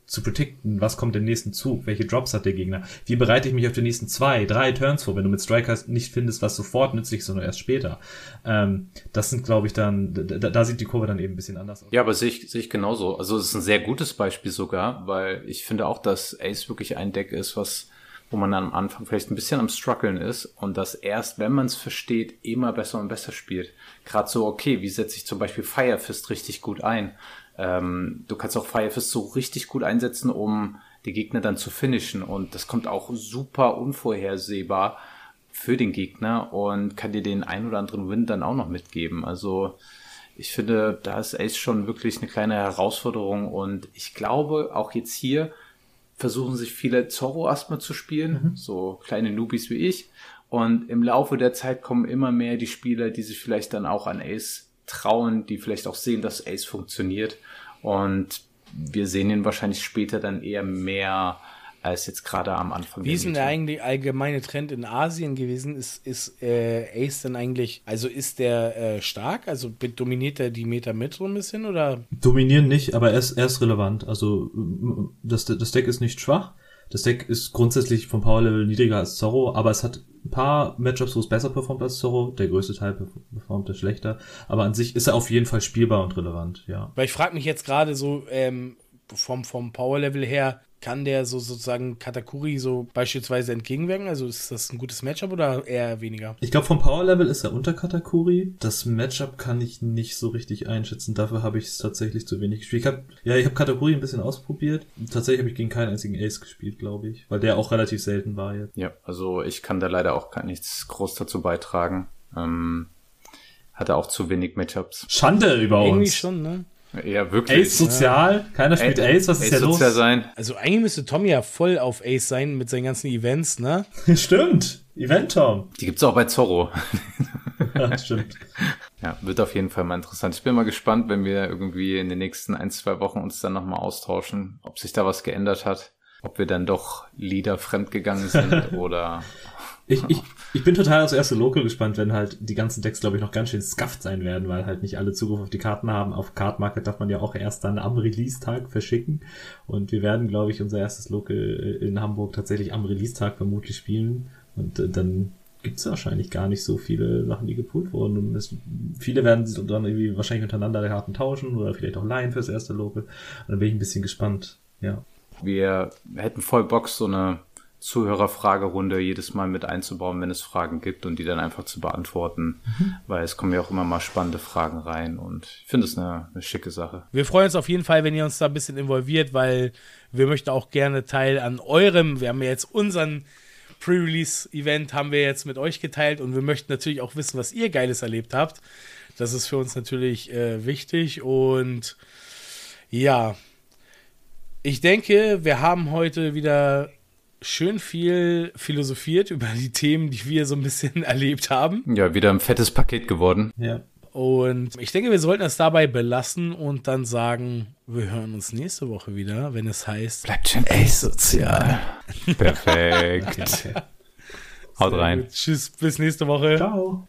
zu predikten, was kommt im nächsten Zug, welche Drops hat der Gegner, wie bereite ich mich auf die nächsten 2, 3 Turns vor, wenn du mit Strikers nicht findest, was sofort nützlich ist, sondern erst später. Das sind, glaube ich, dann, da sieht die Kurve dann eben ein bisschen anders aus. Ja, aber sehe ich genauso. Also es ist ein sehr gutes Beispiel sogar, weil ich finde auch, dass Ace wirklich ein Deck ist, wo man am Anfang vielleicht ein bisschen am struggeln ist und das erst, wenn man es versteht, immer besser und besser spielt. Gerade so, okay, wie setze ich zum Beispiel Fire Fist richtig gut ein? Du kannst auch Fire Fist so richtig gut einsetzen, um die Gegner dann zu finishen und das kommt auch super unvorhersehbar für den Gegner und kann dir den ein oder anderen Win dann auch noch mitgeben. Also ich finde, da ist Ace schon wirklich eine kleine Herausforderung und ich glaube, auch jetzt hier versuchen sich viele Zorro erstmal zu spielen, so kleine Newbies wie ich und im Laufe der Zeit kommen immer mehr die Spieler, die sich vielleicht dann auch an Ace trauen, die vielleicht auch sehen, dass Ace funktioniert und wir sehen ihn wahrscheinlich später dann eher mehr als jetzt gerade am Anfang. Wie ist denn der eigentlich allgemeine Trend in Asien gewesen? Ist Ace denn eigentlich, also ist der stark? Also dominiert er die Meta mit so ein bisschen oder? Dominieren nicht, aber er ist relevant. Also das Deck ist nicht schwach. Das Deck ist grundsätzlich vom Power-Level niedriger als Zorro, aber es hat ein paar Matchups, wo es besser performt als Zorro. Der größte Teil performt er schlechter. Aber an sich ist er auf jeden Fall spielbar und relevant, ja. Weil ich frage mich jetzt gerade so, vom Power-Level her, kann der so sozusagen Katakuri so beispielsweise entgegenwirken? Also ist das ein gutes Matchup oder eher weniger? Ich glaube, vom Power-Level ist er unter Katakuri. Das Matchup kann ich nicht so richtig einschätzen. Dafür habe ich es tatsächlich zu wenig gespielt. Ich habe Katakuri ein bisschen ausprobiert. Tatsächlich habe ich gegen keinen einzigen Ace gespielt, glaube ich. Weil der auch relativ selten war jetzt. Ja, also ich kann da leider auch gar nichts groß dazu beitragen. Hatte auch zu wenig Matchups. Schande über uns. Irgendwie schon, ne? Ja, wirklich. Ace sozial? Ja. Keiner spielt Ace, was ist ja los? Sein. Also eigentlich müsste Tom ja voll auf Ace sein mit seinen ganzen Events, ne? Stimmt, Event-Tom. Die gibt's auch bei Zorro. Ja, stimmt. Ja, wird auf jeden Fall mal interessant. Ich bin mal gespannt, wenn wir irgendwie in den nächsten 1-2 Wochen uns dann nochmal austauschen, ob sich da was geändert hat, ob wir dann doch Leader fremdgegangen sind oder... Ich bin total aufs erste Local gespannt, wenn halt die ganzen Decks, glaube ich, noch ganz schön scuffed sein werden, weil halt nicht alle Zugriff auf die Karten haben. Auf Card Market darf man ja auch erst dann am Release-Tag verschicken. Und wir werden, glaube ich, unser erstes Local in Hamburg tatsächlich am Release-Tag vermutlich spielen. Und dann gibt's wahrscheinlich gar nicht so viele Sachen, die gepult wurden. Und viele werden dann irgendwie wahrscheinlich untereinander die Karten tauschen oder vielleicht auch leihen fürs erste Local. Und dann bin ich ein bisschen gespannt, ja. Wir hätten voll Bock, so eine Zuhörerfragerunde jedes Mal mit einzubauen, wenn es Fragen gibt und die dann einfach zu beantworten, weil es kommen ja auch immer mal spannende Fragen rein und ich finde es eine schicke Sache. Wir freuen uns auf jeden Fall, wenn ihr uns da ein bisschen involviert, weil wir möchten auch gerne Teil an eurem, wir haben ja jetzt unseren Pre-Release-Event haben wir jetzt mit euch geteilt und wir möchten natürlich auch wissen, was ihr Geiles erlebt habt. Das ist für uns natürlich wichtig und ja, ich denke, wir haben heute wieder schön viel philosophiert über die Themen, die wir so ein bisschen erlebt haben. Ja, wieder ein fettes Paket geworden. Ja. Und ich denke, wir sollten es dabei belassen und dann sagen, wir hören uns nächste Woche wieder, wenn es heißt, bleibt schön asozial. Perfekt. Haut rein. Tschüss, bis nächste Woche. Ciao.